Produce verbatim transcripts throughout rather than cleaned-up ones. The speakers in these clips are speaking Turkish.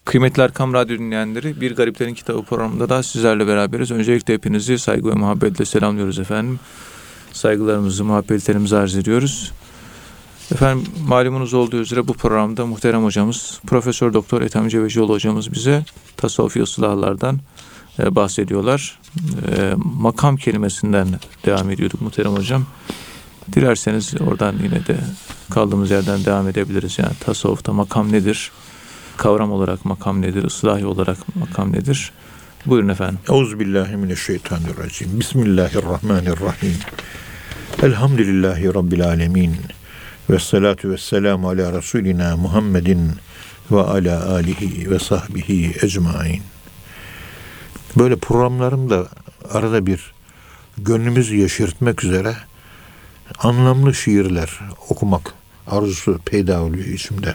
Kıymetli Erkam Radyo dinleyenleri, Bir Gariplerin Kitabı programında da sizlerle beraberiz. Öncelikle hepinizi saygı ve muhabbetle selamlıyoruz efendim. Saygılarımızı, muhabbetlerimizi arz ediyoruz. Efendim, malumunuz olduğu üzere bu programda muhterem hocamız, Profesör Doktor Ethem Cebecioğlu hocamız bize tasavvufi ıslahlardan e, bahsediyorlar. E, makam kelimesinden devam ediyorduk muhterem hocam. Dilerseniz oradan yine de kaldığımız yerden devam edebiliriz. Yani tasavvufta makam nedir? Kavram olarak makam nedir? Islahi olarak makam nedir? Buyurun efendim. Euzubillahimineşşeytanirracim. Bismillahirrahmanirrahim. Elhamdülillahi Rabbil alemin. Vessalatu vesselamu ala Resulina Muhammedin ve ala alihi ve sahbihi ecmain. Böyle programlarımda arada bir gönlümüzü yeşertmek üzere anlamlı şiirler okumak arzusu peyda oluyor içimde.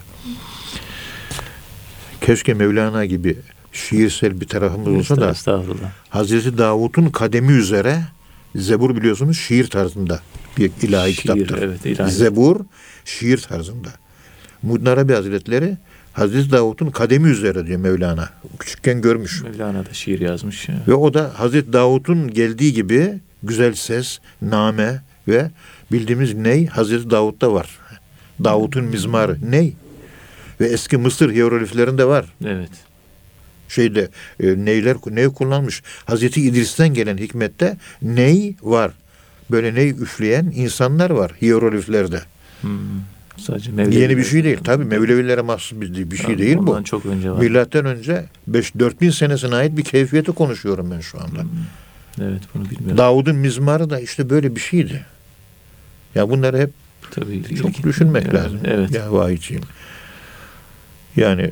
Keşke Mevlana gibi şiirsel bir tarafımız olsa da Estağfurullah. Hazreti Davud'un kademi üzere, Zebur biliyorsunuz şiir tarzında bir ilahi Şiir, kitaptır. evet, ilahi. Zebur şiir tarzında. Muhyiddin Arabi Hazretleri Hazreti Davud'un kademi üzere diyor Mevlana. Küçükken görmüş. Mevlana da şiir yazmış. Ya. Ve o da Hazreti Davud'un geldiği gibi güzel ses, name ve bildiğimiz ney Hazreti Davud'da var. Davud'un mizmarı ney? Ve eski Mısır hierogliflerinde var. Evet. Şeyde e, neyler ney kullanmış. Hazreti İdris'ten gelen hikmette ney var. Böyle ney üfleyen insanlar var hierogliflerde. Hmm. Sadece Mevlevi. Yeni bir şey değil. Tabii Mevlevilere mahsus bir, bir şey Yani değil bu. ondan çok önce var. Milattan önce beş dört bin senesine ait bir keyfiyeti konuşuyorum ben şu anda. Hmm. Evet, bunu bilmiyorum. Davud'un mizmarı da işte böyle bir şeydi. Ya bunları hep Tabii, çok ilgi, düşünmek yani, lazım. Evet. Ya vahiyciğim. Yani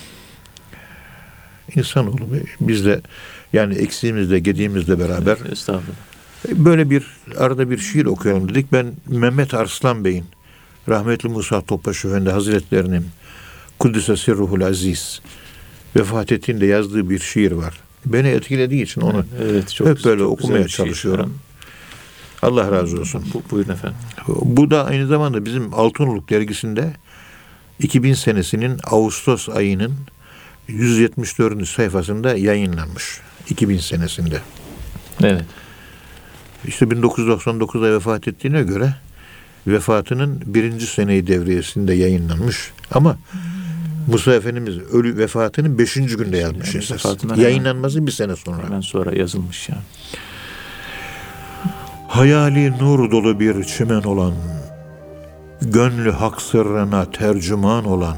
insanoğlu biz de yani eksiğimizle gediğimizle beraber Evet, estağfurullah. böyle bir arada bir şiir okuyalım dedik. Ben Mehmet Arslan Bey'in rahmetli Musa Topbaş Efendi Hazretlerinin Kuddise Sirruhul Aziz vefat ettiğinde yazdığı bir şiir var. Beni etkilediği için onu evet, çok, hep böyle çok okumaya çalışıyorum. Allah razı olsun. Bu, buyurun efendim. Bu da aynı zamanda bizim Altınoluk dergisinde iki bin senesinin Ağustos ayının yüz yetmiş dördüncü sayfasında yayınlanmış. iki bin senesinde. Evet. İşte bin dokuz yüz doksan dokuzda vefat ettiğine göre vefatının birinci seneyi devriyesinde yayınlanmış. Ama Musa Efendimiz ölü vefatının beşinci günde yazmış Yani esas. vefatından Yayınlanması bir sene sonra. Hemen sonra yazılmış yani. Hayali nur dolu bir çimen olan, gönlü hak sırrına tercüman olan,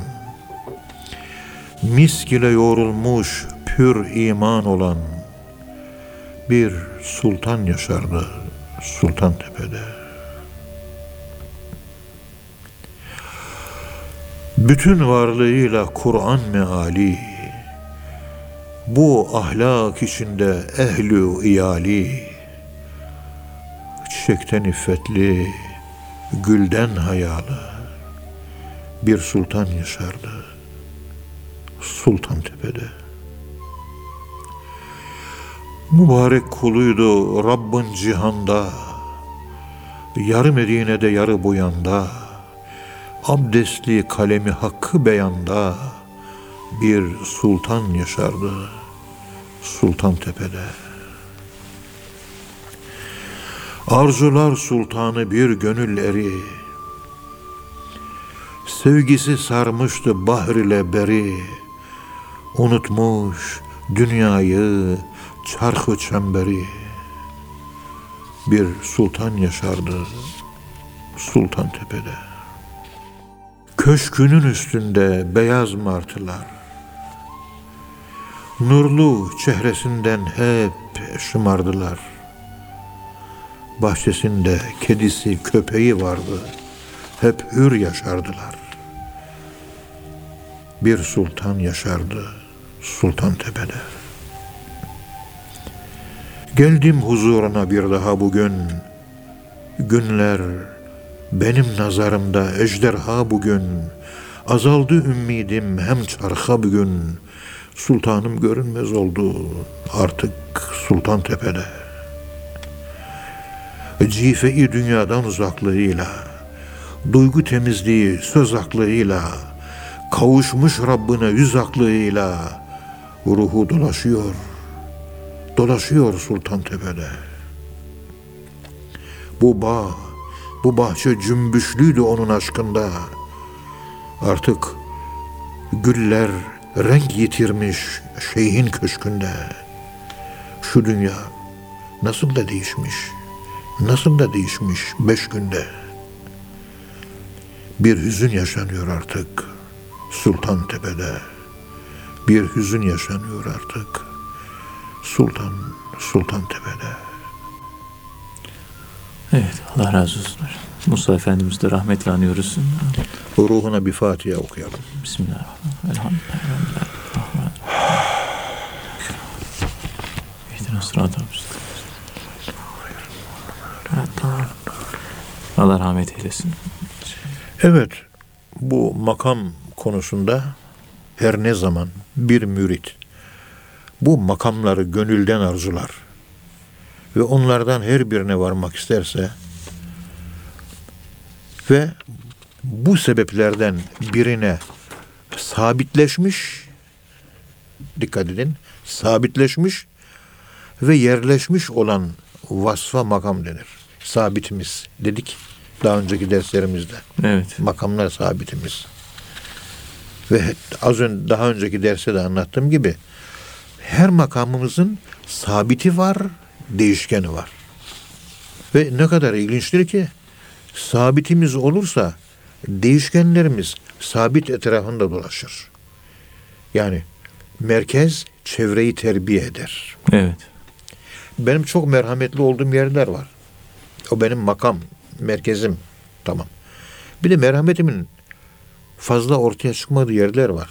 misk ile yoğrulmuş pür iman olan bir sultan yaşardı Sultantepe'de. Bütün varlığıyla Kur'an meali, bu ahlak içinde ehlü iyali, çiçekten iffetli, gülden hayalı bir sultan yaşardı Sultantepe'de. Mübarek kuluydu Rabbin cihanda, yarı Medine'de yarı bu yanda, abdestli kalemi hakkı beyanda bir sultan yaşardı Sultantepe'de. Arzular sultanı bir gönül eri, sevgisi sarmıştı bahr ile beri, unutmuş dünyayı, çarkı çemberi, bir sultan yaşardı Sultantepe'de. Köşkünün üstünde beyaz martılar, nurlu çehresinden hep şımardılar. Bahçesinde kedisi, köpeği vardı. Hep hür yaşardılar. Bir sultan yaşardı Sultantepe'de. Geldim huzuruna bir daha bugün. Günler benim nazarımda ejderha bugün. Azaldı ümidim hem çarka bugün. Sultanım görünmez oldu artık Sultantepe'de. Cife-i dünyadan uzaklığıyla, duygu temizliği söz aklıyla, kavuşmuş Rabbine yüz aklıyla ruhu dolaşıyor. Dolaşıyor Sultantepe'de. Bu bağ, bu bahçe cümbüşlüydü onun aşkında. Artık güller renk yitirmiş şeyhin köşkünde. Şu dünya nasıl da değişmiş, nasıl da değişmiş beş günde. Bir hüzün yaşanıyor artık Sultantepe'de. Bir hüzün yaşanıyor artık Sultan, Sultantepe'de. Evet, Allah razı olsun. Musa Efendimiz'i de rahmetle anıyoruz. O ruhuna bir Fatiha okuyalım. Bismillahirrahmanirrahim. Elhamdülillah. Allah rahmet eylesin. Evet, bu makam konusunda her ne zaman bir mürit bu makamları gönülden arzular ve onlardan her birine varmak isterse ve bu sebeplerden birine sabitleşmiş, dikkat edin, sabitleşmiş ve yerleşmiş olan vasfa makam denir. Sabitimiz dedik daha önceki derslerimizde. Evet. Makamlar sabitimiz. Ve az önce daha önceki derste de anlattığım gibi her makamımızın sabiti var, değişkeni var. Ve ne kadar ilginçtir ki sabitimiz olursa değişkenlerimiz sabit etrafında dolaşır. Yani merkez çevreyi terbiye eder. Evet. Benim çok merhametli olduğum yerler var. O benim makam, merkezim. Tamam. Bir de merhametimin fazla ortaya çıkmadığı yerler var.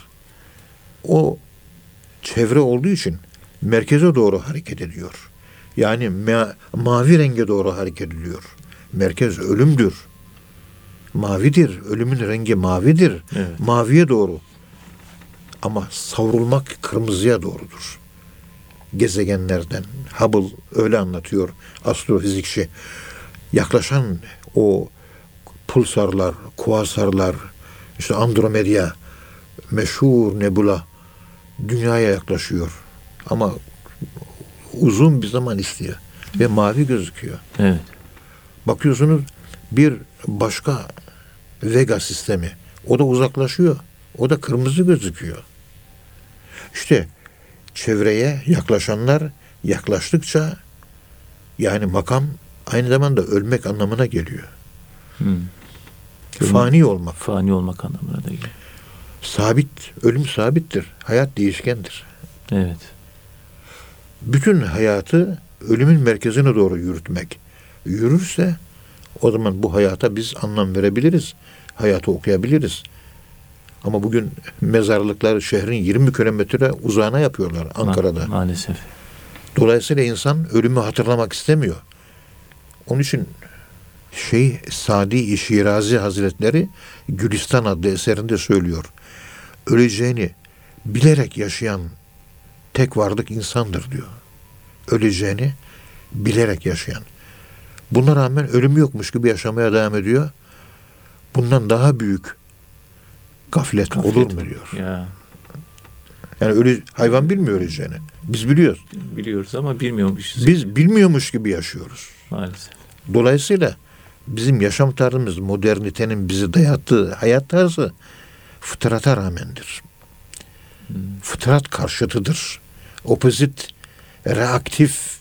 O çevre olduğu için merkeze doğru hareket ediyor. Yani ma- mavi renge doğru hareket ediyor. Merkez ölümdür. Mavidir. Ölümün rengi mavidir. Evet. Maviye doğru. Ama savrulmak kırmızıya doğrudur. Gezegenlerden. Hubble öyle anlatıyor astrofizikçi. Yaklaşan o pulsarlar, kuasarlar, işte Andromeda, meşhur nebula dünyaya yaklaşıyor. Ama uzun bir zaman istiyor. Ve mavi gözüküyor. Evet. Bakıyorsunuz bir başka Vega sistemi. O da uzaklaşıyor. O da kırmızı gözüküyor. İşte çevreye yaklaşanlar yaklaştıkça yani makam aynı zamanda ölmek anlamına geliyor. Hmm. Fani olmak. Fani olmak anlamına da geliyor. Sabit, ölüm sabittir. Hayat değişkendir. Evet. Bütün hayatı ölümün merkezine doğru yürütmek. Yürürse o zaman bu hayata biz anlam verebiliriz. Hayatı okuyabiliriz. Ama bugün mezarlıkları şehrin yirmi kilometre uzağına yapıyorlar Ankara'da. Ma- maalesef. Dolayısıyla insan ölümü hatırlamak istemiyor. Onun için şey Sadi Şirazi Hazretleri Gülistan adlı eserinde söylüyor. Öleceğini bilerek yaşayan tek varlık insandır diyor. Öleceğini bilerek yaşayan. Buna rağmen ölüm yokmuş gibi yaşamaya devam ediyor. Bundan daha büyük gaflet, Gaflet olur mu diyor. Ya. Yani ölü, hayvan bilmiyor öleceğini. Biz biliyoruz. Biliyoruz ama bilmiyormuşuz. Biz bilmiyormuş gibi yaşıyoruz. Maalesef. Dolayısıyla bizim yaşam tarzımız modernitenin bizi dayattığı hayat tarzı fıtrata rağmendir. Hmm. Fıtrat karşıtıdır. Opozit, reaktif.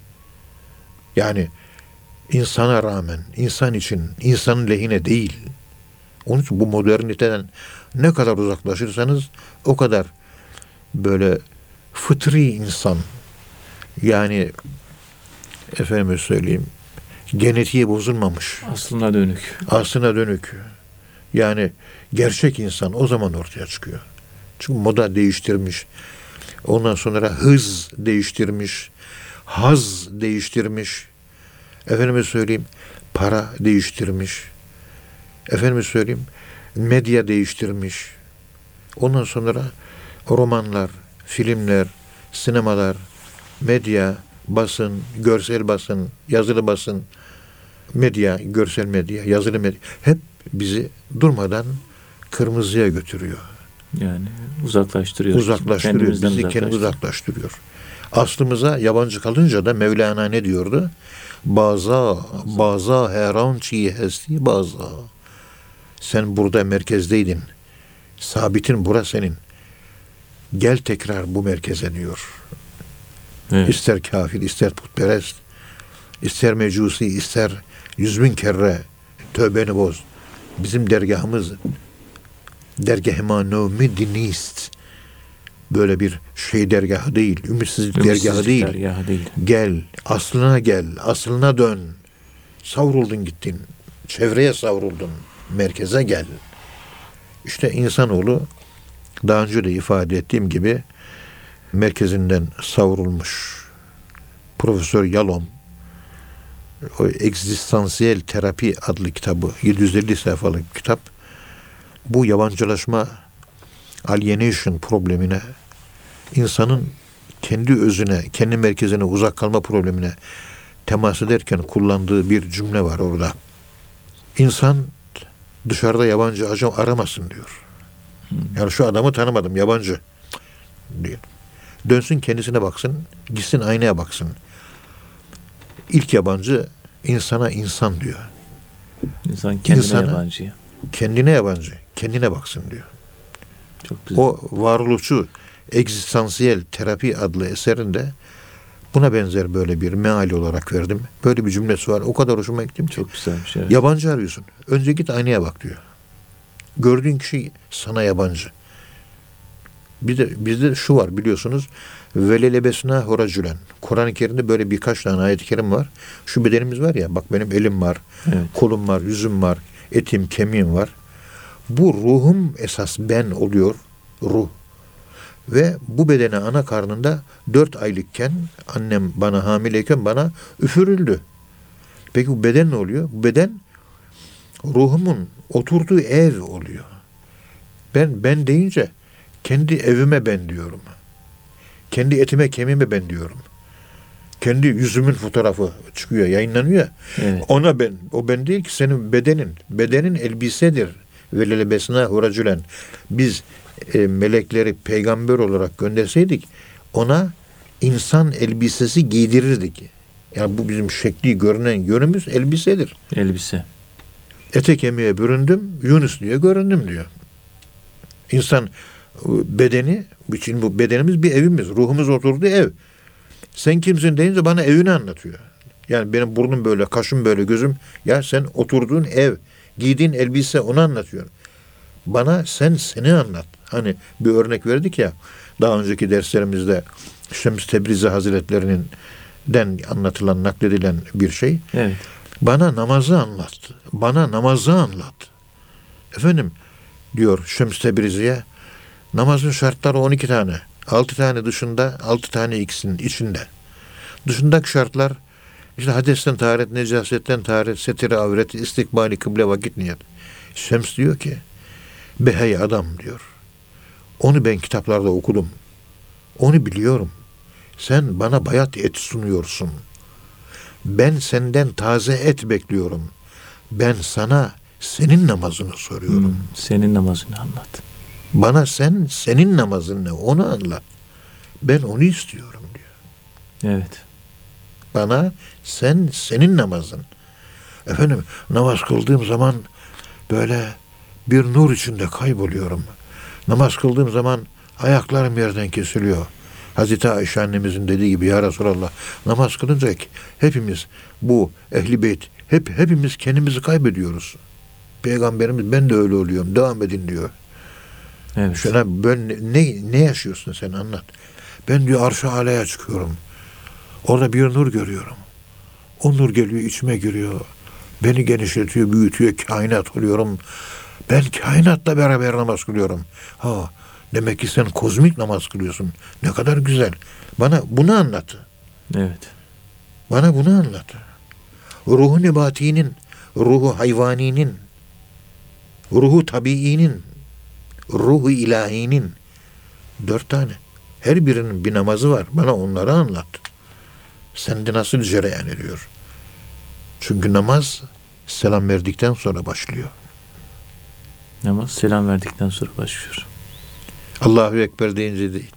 Yani insana rağmen, insan için, insanın lehine değil. Onun için bu moderniteden ne kadar uzaklaşırsanız o kadar böyle fıtri insan, yani efendime söyleyeyim genetiği bozulmamış, Aslına dönük. aslına dönük, yani gerçek insan o zaman ortaya çıkıyor. Çünkü moda değiştirmiş, ondan sonra hız değiştirmiş, haz değiştirmiş, efendime söyleyeyim para değiştirmiş, efendime söyleyeyim medya değiştirmiş. Ondan sonra romanlar, filmler, sinemalar, medya, basın, görsel basın, yazılı basın, medya, görsel medya, yazılı medya hep bizi durmadan kırmızıya götürüyor. Yani uzaklaştırıyor. Uzaklaştırıyor. Kendimizden Bizi kendi uzaklaştırıyor. Aslımıza yabancı kalınca da Mevlana ne diyordu? Baza, baza heran çiğ hesti baza. Sen burada merkezdeydin. Sabitin bura senin. Gel tekrar bu merkeze diyor. Evet. İster kafir, ister putperest, ister mecusi, ister yüz bin kere tövbeni boz. Bizim dergahımız dergah-ı növmi dinist. Böyle bir şey dergahı değil. Ümitsizlik, Ümitsizlik dergahı değil. dergahı değil. Gel, aslına gel, aslına dön. Savruldun gittin. Çevreye savruldun. Merkeze gel. İşte insanoğlu daha önce de ifade ettiğim gibi merkezinden savrulmuş. Profesör Yalom o Egzistansiyel Terapi adlı kitabı, yedi yüz elli sayfalık kitap, bu yabancılaşma, alienation problemine, insanın kendi özüne, kendi merkezine uzak kalma problemine temas ederken kullandığı bir cümle var orada. İnsan dışarıda yabancı ajan aramasın diyor. Yani şu adamı tanımadım, yabancı diyor. Dönsün kendisine baksın, gitsin aynaya baksın. İlk yabancı insana insan diyor. İnsan kendine İnsana, yabancı. Kendine yabancı, kendine baksın diyor. Çok güzel. O varoluşçu Egzistansiyel Terapi adlı eserinde buna benzer böyle bir meali olarak verdim. Böyle bir cümlesi var. O kadar hoşuma gitti ki. Çok güzelmiş. Evet. Yabancı arıyorsun. Önce git aynaya bak diyor. Gördüğün kişi sana yabancı. Bir de bizde şu var biliyorsunuz. Velelebesna horacülen. Kur'an-ı Kerim'de böyle birkaç tane ayet-i kerim var. Şu bedenimiz var ya, bak benim elim var, Evet. kolum var, yüzüm var, etim, kemiğim var. Bu ruhum esas ben oluyor. Ruh. Ve bu bedene ana karnında dört aylıkken annem bana hamileyken bana üfürüldü. Peki bu beden ne oluyor? Bu beden ruhumun oturduğu ev oluyor. Ben ben deyince kendi evime ben diyorum. Kendi etime kemiğime ben diyorum. Kendi yüzümün fotoğrafı çıkıyor, yayınlanıyor. Evet. Ona ben. O ben değil ki, senin bedenin. Bedenin elbisedir. Velelebesna huracülen. Biz e, melekleri peygamber olarak gönderseydik ona insan elbisesi giydirirdik. Yani bu bizim şekli görünen yönümüz elbisedir. Elbise. Ete kemiğe büründüm, Yunus diye göründüm diyor. İnsan bedeni, için bu bedenimiz bir evimiz, ruhumuz oturduğu ev. Sen kimsin deyince bana evini anlatıyor. Yani benim burnum böyle, kaşım böyle, gözüm, ya sen oturduğun ev, giydiğin elbise, onu anlatıyor. Bana sen seni anlat. Hani bir örnek verdik ya daha önceki derslerimizde, Şems Tebrizi Hazretlerinin den anlatılan, nakledilen bir şey. Evet. Bana namazı anlat. Bana namazı anlat. Efendim diyor Şems Tebrizi'ye, namazın şartları on iki tane. altı tane dışında, altı tane ikisinin içinde. Dışındaki şartlar işte hadesten taharet, necasetten taharet, setire avret, istikbali kıble, vakit niyet. Şems diyor ki, be hey adam diyor. Onu ben kitaplarda okudum. Onu biliyorum. Sen bana bayat et sunuyorsun. Ben senden taze et bekliyorum. Ben sana senin namazını soruyorum. Hmm, senin namazını anlat. Bana sen senin namazın ne? Onu anlat. Ben onu istiyorum diyor. Evet. Bana sen senin namazın. Efendim namaz kıldığım zaman böyle bir nur içinde kayboluyorum. Namaz kıldığım zaman ayaklarım yerden kesiliyor. Hazreti Ayşe annemizin dediği gibi, ya Resulallah, namaz kılınca hepimiz bu ehli beyt hep hepimiz kendimizi kaybediyoruz. Peygamberimiz ben de öyle oluyorum. Devam edin diyor. Evet. Şuna ben ne ne yaşıyorsun sen, anlat. Ben diyor arş-ı alaya çıkıyorum. Orada bir nur görüyorum. O nur geliyor, içime giriyor. Beni genişletiyor, büyütüyor, kainat oluyorum. Ben kainatla beraber namaz kılıyorum. Ha, demek ki sen kozmik namaz kılıyorsun. Ne kadar güzel. Bana bunu anlat. Evet. Bana bunu anlat. Ruhu nebatinin, ruhu hayvaninin, ruhu tabiinin, ruhu ilahinin dört tane. Her birinin bir namazı var. Bana onları anlat. Sende nasıl cereyan ediyor? Çünkü namaz selam verdikten sonra başlıyor. Namaz selam verdikten sonra başlıyor. Allahu Ekber deyince değil.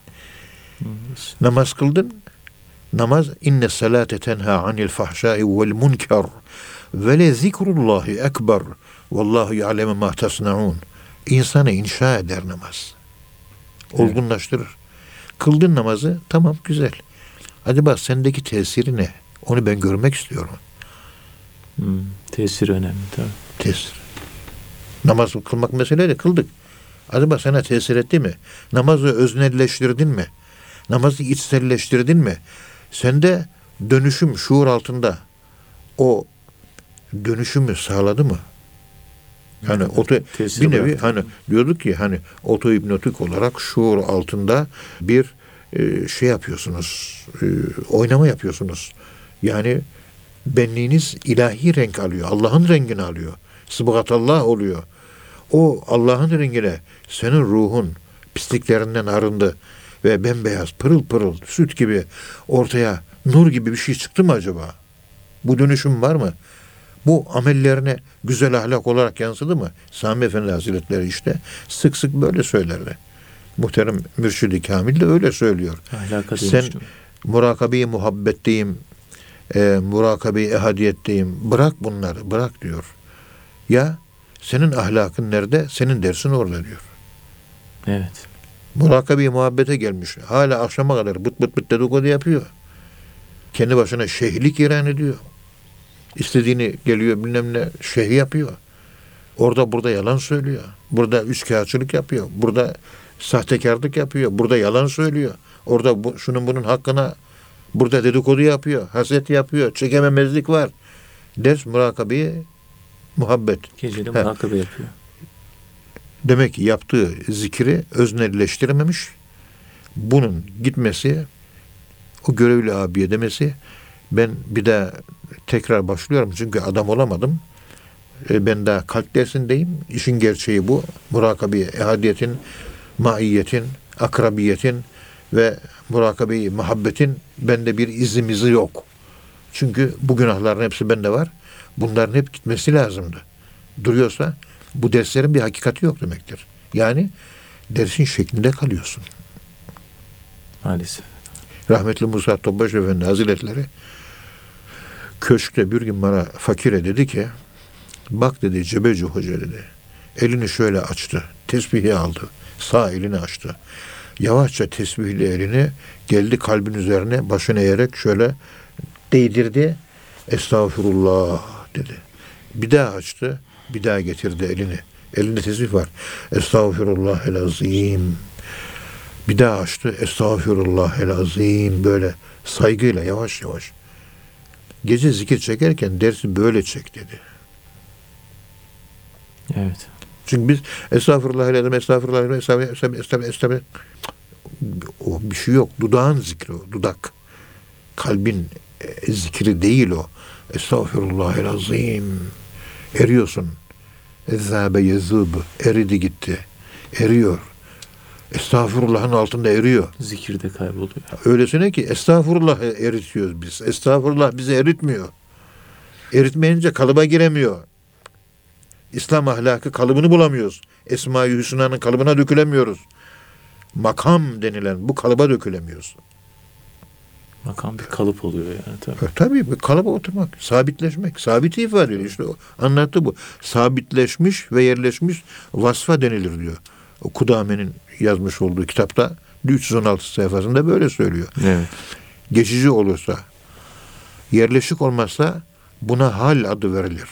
Namaz kıldın. Namaz inne salate tenha anil fahşai vel munker ve le zikrullahi ekber vallahu ya'lemu ma tasnaun. İnsanı inşa eder namaz. Olgunlaştırır. Kıldın namazı, tamam, güzel. Acaba sendeki tesiri ne? Onu ben görmek istiyorum. Hmm, tesir önemli tabii. Tesir. Namaz kılmak mesele de kıldık. Acaba sana tesir etti mi? Namazı öznelleştirdin mi? Namazı içselleştirdin mi? Sende dönüşüm şuur altında o dönüşümü sağladı mı? Hani Evet, oto, tesir bir nevi bıraktı. hani diyorduk ki hani otohipnotik olarak şuur altında bir e, şey yapıyorsunuz. E, oynama yapıyorsunuz. Yani benliğiniz ilahi renk alıyor. Allah'ın rengini alıyor. Sıbgatallah oluyor. O Allah'ın rengine senin ruhun pisliklerinden arındı ve bembeyaz, pırıl pırıl, süt gibi ortaya nur gibi bir şey çıktı mı acaba? Bu dönüşüm var mı? Bu amellerine güzel ahlak olarak yansıdı mı? Sami Efendi Hazretleri işte sık sık böyle söylerler. Muhterem Mürşid-i Kamil de öyle söylüyor. Ahlaka Sen dönüştüm. murakabe-i muhabbetteyim, e, murakabe-i ehadiyetteyim. Bırak bunları, bırak diyor. Ya senin ahlakın nerede? Senin dersin orada diyor. Evet. Murakabe-i muhabbete gelmiş. Hala akşama kadar bıt bıt bıt dedikodu yapıyor. Kendi başına şeyhlik ilan ediyor. İstediğini geliyor bilmem ne şeyh yapıyor. Orada burada yalan söylüyor. Burada üçkağıtçılık yapıyor. Burada sahtekarlık yapıyor. Burada yalan söylüyor. Orada bu, şunun bunun hakkına burada dedikodu yapıyor. Haset yapıyor. Çekememezlik var. Ders murakabeyi muhabbet. Gecede He. murakabe yapıyor. Demek ki yaptığı zikri öznelleştirememiş. Bunun gitmesi, o görevli abiye demesi, ben bir daha tekrar başlıyorum çünkü adam olamadım. E, ben daha kalp dersindeyim. İşin gerçeği bu. Murakabe, ehadiyetin, maiyetin, akrabiyetin ve murakabe-i muhabbetin bende bir izimizi yok. Çünkü bu günahların hepsi bende var. Bunların hep gitmesi lazımdı. Duruyorsa bu derslerin bir hakikati yok demektir. Yani dersin şeklinde kalıyorsun. Maalesef. Rahmetli Musa Topbaş Efendi Hazretleri köşkte bir gün bana fakire dedi ki, bak dedi Cebeci Hoca dedi. Elini şöyle açtı. Tesbihi aldı. Sağ elini açtı. Yavaşça tesbihli elini geldi kalbin üzerine başını eğerek şöyle değdirdi. Estağfurullah dedi. Bir daha açtı. Bir daha getirdi elini. Elinde tesbih var. Estağfirullahel-azim. Bir daha açtı. Estağfirullahel-azim. Böyle saygıyla yavaş yavaş. Gece zikir çekerken dersi böyle çek dedi. Evet. Çünkü biz estağfirullahel-azim, estağfirullahel-azim, estağfirullahel-azim, estağfirullahel-azim, estağfirullahel-azim. O bir şey yok. Dudağın zikri o. Dudak. Kalbin e, zikri değil o. Estağfirullahel-azim. Eriyorsun. Ezzâbe yezûbü. Eridi gitti. Eriyor. Estağfurullah'ın altında eriyor. Zikirde kayboluyor. Öylesine ki estağfurullah eritiyoruz biz. Estağfurullah bizi eritmiyor. Eritmeyince kalıba giremiyor. İslam ahlakı kalıbını bulamıyoruz. Esma-i Hüsna'nın kalıbına dökülemiyoruz. Makam denilen bu kalıba dökülemiyoruz. Makam bir kalıp oluyor yani tabii. E, tabii bu kalıba oturmak, sabitleşmek. Sabiti ifade ediyor. İşte o, anlattı bu. Sabitleşmiş ve yerleşmiş vasfa denilir diyor. O Kudame'nin yazmış olduğu kitapta üç yüz on altı sayfasında böyle söylüyor. Evet. Geçici olursa, yerleşik olmazsa buna hal adı verilir.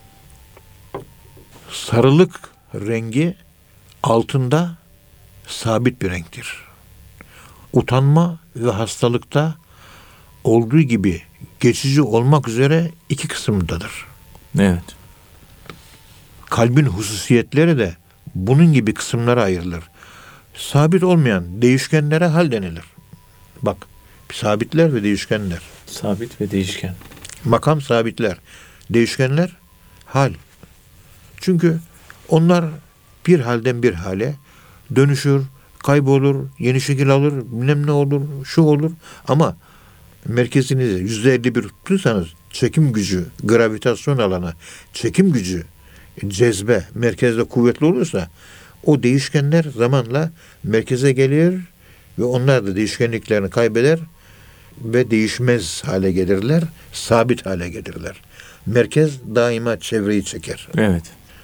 Sarılık rengi altında sabit bir renktir. Utanma ve hastalıkta olduğu gibi geçici olmak üzere iki kısımdadır. Evet. Kalbin hususiyetleri de bunun gibi kısımlara ayrılır. Sabit olmayan değişkenlere hal denilir. Bak, sabitler ve değişkenler. Sabit ve değişken. Makam sabitler, değişkenler hal. Çünkü onlar bir halden bir hale dönüşür, kaybolur, yeni şekil alır, bilmem ne olur, şu olur. Ama merkezinizi yüzde elli bir tutursanız çekim gücü, gravitasyon alanı, çekim gücü, cezbe merkezde kuvvetli olursa O değişkenler zamanla merkeze gelir ve onlar da değişkenliklerini kaybeder ve değişmez hale gelirler, sabit hale gelirler. Merkez daima çevreyi çeker. Evet.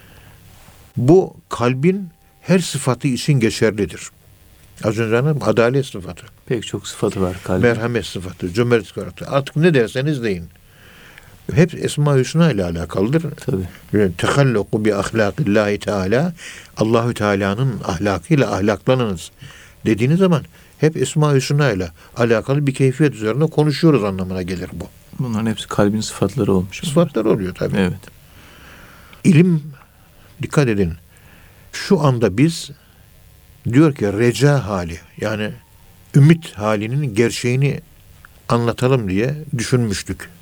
Bu kalbin her sıfatı için geçerlidir. Az önce anladım, adalet sıfatı, Pek çok sıfatı var kalbin. merhamet sıfatı, cömert sıfatı. Artık ne derseniz deyin. Hep Esma-i Hüsna ile alakalıdır. Tabii. Tehalluku bi ahlakillahi teala, Allahü Teala'nın ahlakıyla ahlaklanınız dediğiniz zaman hep Esma-i Hüsna ile alakalı bir keyfiyet üzerine konuşuyoruz anlamına gelir bu. Bunların hepsi kalbin sıfatları olmuş. Sıfatlar oluyor tabii. Evet. İlim, dikkat edin, şu anda biz diyor ki reca hali, yani ümit halinin gerçeğini anlatalım diye düşünmüştük.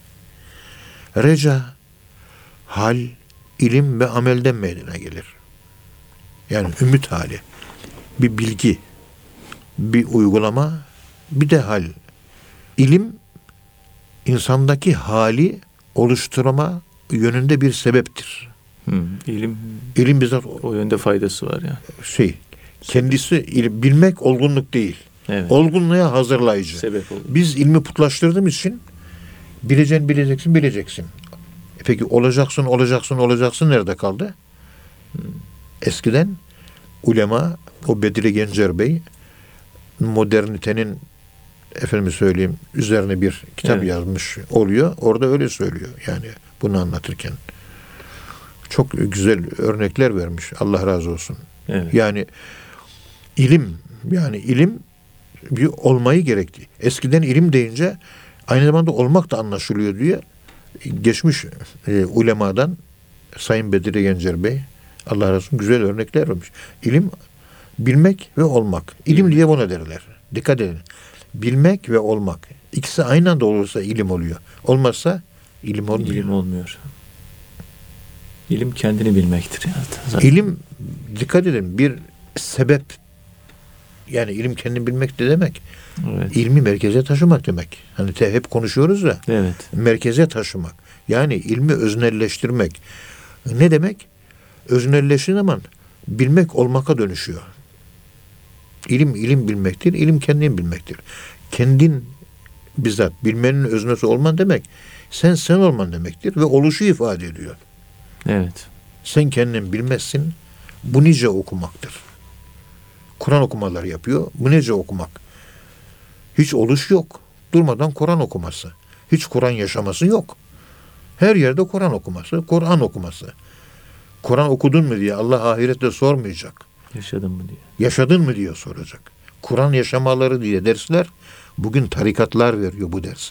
Reca hal, ilim ve amelden meydana gelir. Yani ümit hali, bir bilgi, bir uygulama, bir de hal. İlim insandaki hali oluşturma yönünde bir sebeptir. Hmm. İlim İlim bizzat o yönde faydası var yani. şey, kendisi ilim, bilmek olgunluk değil. Evet. Olgunluğa hazırlayıcı. Sebep olur. Biz ilmi putlaştırdığımız için bileceksin, bileceksin, bileceksin. E peki olacaksın, olacaksın, olacaksın nerede kaldı? Hmm. Eskiden ulema, o Bedri Gencer Bey modernitenin, efendim söyleyeyim, üzerine bir kitap Evet. yazmış oluyor. Orada öyle söylüyor yani bunu anlatırken. Çok güzel örnekler vermiş. Allah razı olsun. Evet. Yani ilim, yani ilim bir olmayı gerekti. Eskiden ilim deyince aynı zamanda olmak da anlaşılıyor diye geçmiş e, ulemadan Sayın Bedri Gencer Bey, Allah razı olsun, güzel örnekler vermiş. İlim bilmek ve olmak. İlim diye buna derler. Dikkat edin. Bilmek ve olmak. İkisi aynı anda olursa ilim oluyor. Olmazsa ilim olmuyor. İlim olmuyor. İlim kendini bilmektir. Yani. Zaten. İlim, dikkat edin, bir sebep. Yani ilim kendini bilmek de demek. Evet. İlmi merkeze taşımak demek. Hani te, hep konuşuyoruz ya. Evet. Merkeze taşımak. Yani ilmi öznelleştirmek. Ne demek? Öznelleştiği zaman bilmek olmaka dönüşüyor. İlim ilim bilmektir. İlim kendin bilmektir. Kendin bizzat bilmenin öznesi olman demek. Sen sen olman demektir ve oluşu ifade ediyor. Evet. Sen kendin bilmezsin. Bu nice okumaktır. Kur'an okumaları yapıyor. Bu nice okumak. Hiç oluş yok. Durmadan Kur'an okuması. Hiç Kur'an yaşaması yok. Her yerde Kur'an okuması, Kur'an okuması. Kur'an okudun mu diye Allah ahirette sormayacak. Yaşadın mı diye. Yaşadın mı diye soracak. Kur'an yaşamaları diye dersler, bugün tarikatlar veriyor bu dersi.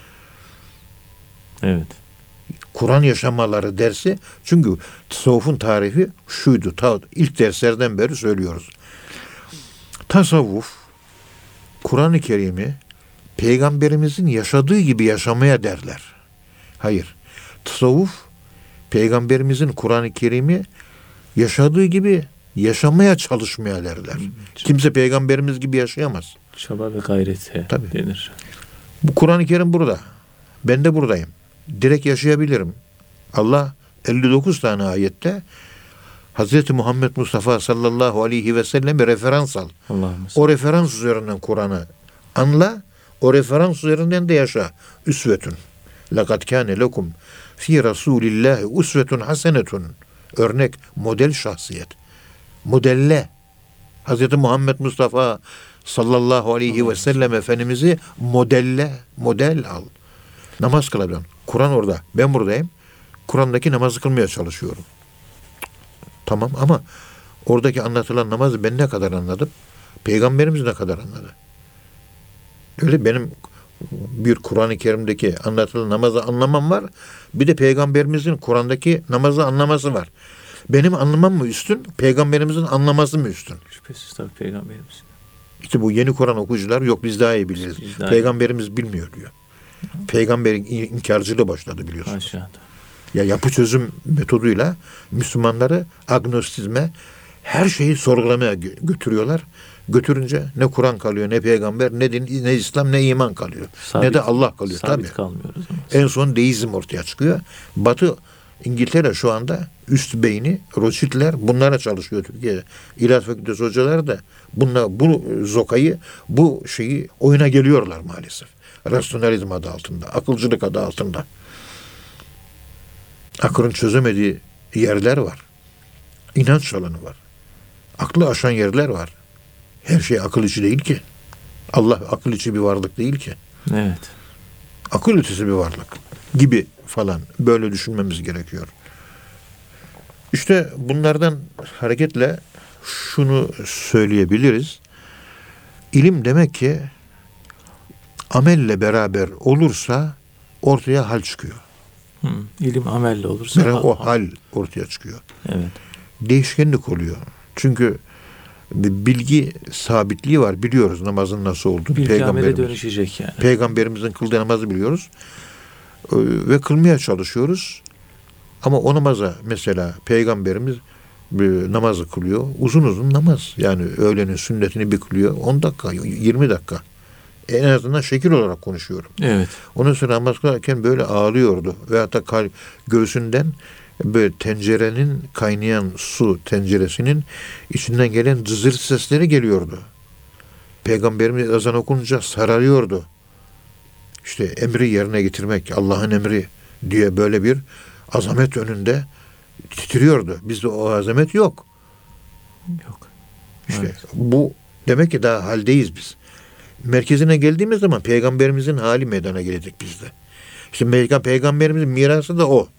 Evet. Kur'an yaşamaları dersi, çünkü tasavvufun tarifi şuydu. Ta ilk derslerden beri söylüyoruz. Tasavvuf, Kur'an-ı Kerim'i Peygamberimizin yaşadığı gibi yaşamaya derler. Hayır. Tasavvuf, Peygamberimizin Kur'an-ı Kerim'i yaşadığı gibi yaşamaya çalışmaya derler. Kimse Peygamberimiz gibi yaşayamaz. Çaba ve gayrete Tabii. denir. Bu Kur'an-ı Kerim burada. Ben de buradayım. Direkt yaşayabilirim. Allah elli dokuz tane ayette Hazreti Muhammed Mustafa sallallahu aleyhi ve sellem'e referans al. Allah'ımız. O referans üzerinden Kur'an'ı anla. O referans üzerinden de yaşa. Üsvetun. لَقَدْ كَانَ لَكُمْ فِي رَسُولِ اللّٰهِ اُسْوَةٌ حَسَنَةٌ. Örnek, model şahsiyet. Modelle. Hazreti Muhammed Mustafa sallallahu aleyhi ve sellem Efendimiz'i modelle, model al. Namaz kılacaksın. Kur'an orada. Ben buradayım. Kur'an'daki namazı kılmaya çalışıyorum. Tamam, ama oradaki anlatılan namazı ben ne kadar anladım? Peygamberimiz ne kadar anladı? Öyle benim bir Kur'an-ı Kerim'deki anlatılan namazı anlamam var. Bir de Peygamberimizin Kur'an'daki namazı anlaması var. Benim anlamam mı üstün? Peygamberimizin anlaması mı üstün? Şüphesiz tabii Peygamberimiz. İşte bu yeni Kur'an okuyucular, yok biz daha iyi biliriz. Biz daha Peygamberimiz iyi bilmiyor diyor. Peygamberin inkarcılığı başladı biliyorsunuz. Aşağıda. Ya yapı çözüm metoduyla Müslümanları agnostizme, her şeyi sorgulamaya gö- götürüyorlar. Götürünce ne Kur'an kalıyor, ne peygamber, ne din, ne İslam, ne iman kalıyor. Sabit, ne de Allah kalıyor. Sabit Tabii. kalmıyoruz ama. En son deizm ortaya çıkıyor. Batı İngiltere şu anda üst beyni, Rothschild'ler bunlara çalışıyor Türkiye'de. İlahi Fakültesi hocaları da bunlar, bu zokayı, bu şeyi oyuna geliyorlar maalesef. Rasyonalizm adı altında, akılcılık adı altında. Akılın çözemediği yerler var. İnanç alanı var. Aklı aşan yerler var. Her şey akıl içi değil ki. Allah akıl içi bir varlık değil ki. Evet. Akıl ötesi bir varlık gibi falan böyle düşünmemiz gerekiyor. İşte bunlardan hareketle şunu söyleyebiliriz. İlim demek ki amelle beraber olursa ortaya hal çıkıyor. Hı. İlim amelle olursa Yani o hal ortaya çıkıyor. Evet. Değişkenlik oluyor. Çünkü bilgi sabitliği var. Biliyoruz namazın nasıl olduğunu. Bilgi amele dönüşecek yani. Peygamberimizin kıldığı namazı biliyoruz. Ee, ve kılmaya çalışıyoruz. Ama o namaza mesela Peygamberimiz bir namazı kılıyor. Uzun uzun namaz. Yani öğlenin sünnetini bir kılıyor. on dakika, yirmi dakika. En azından şekil olarak konuşuyorum. Evet. Ondan sonra namaz kılarken böyle ağlıyordu. Veyahut da kal- göğsünden böyle tencerenin, kaynayan su tenceresinin içinden gelen cızırt sesleri geliyordu. Peygamberimiz ezan okununca sararıyordu. İşte emri yerine getirmek, Allah'ın emri diye böyle bir azamet önünde titriyordu. Bizde o azamet yok. Yok. İşte Evet. bu demek ki daha haldeyiz biz. Merkezine geldiğimiz zaman Peygamberimizin hali meydana gelecek bizde. İşte Peygamber, Peygamberimizin mirası da o.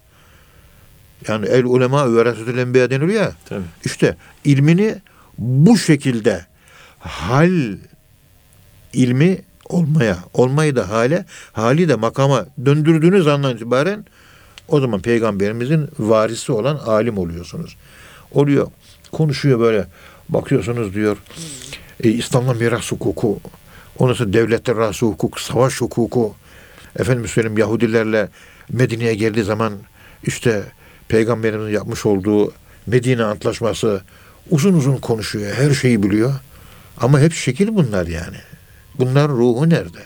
Yani el ulema verasetül enbiya deniliyor ya. Tabii. İşte ilmini bu şekilde hal ilmi olmaya, olmayı da hale, hali de makama döndürdüğünüz andan itibaren o zaman Peygamberimizin varisi olan alim oluyorsunuz. Oluyor, konuşuyor böyle, bakıyorsunuz diyor, e, İslam'la miras hukuku, ondan sonra devletler arası hukuk, savaş hukuku, efendim söyleyeyim Yahudilerle Medine'ye geldiği zaman işte Peygamberimizin yapmış olduğu Medine Antlaşması uzun uzun konuşuyor, her şeyi biliyor. Ama hep şekil bunlar yani. Bunlar ruhu nerede?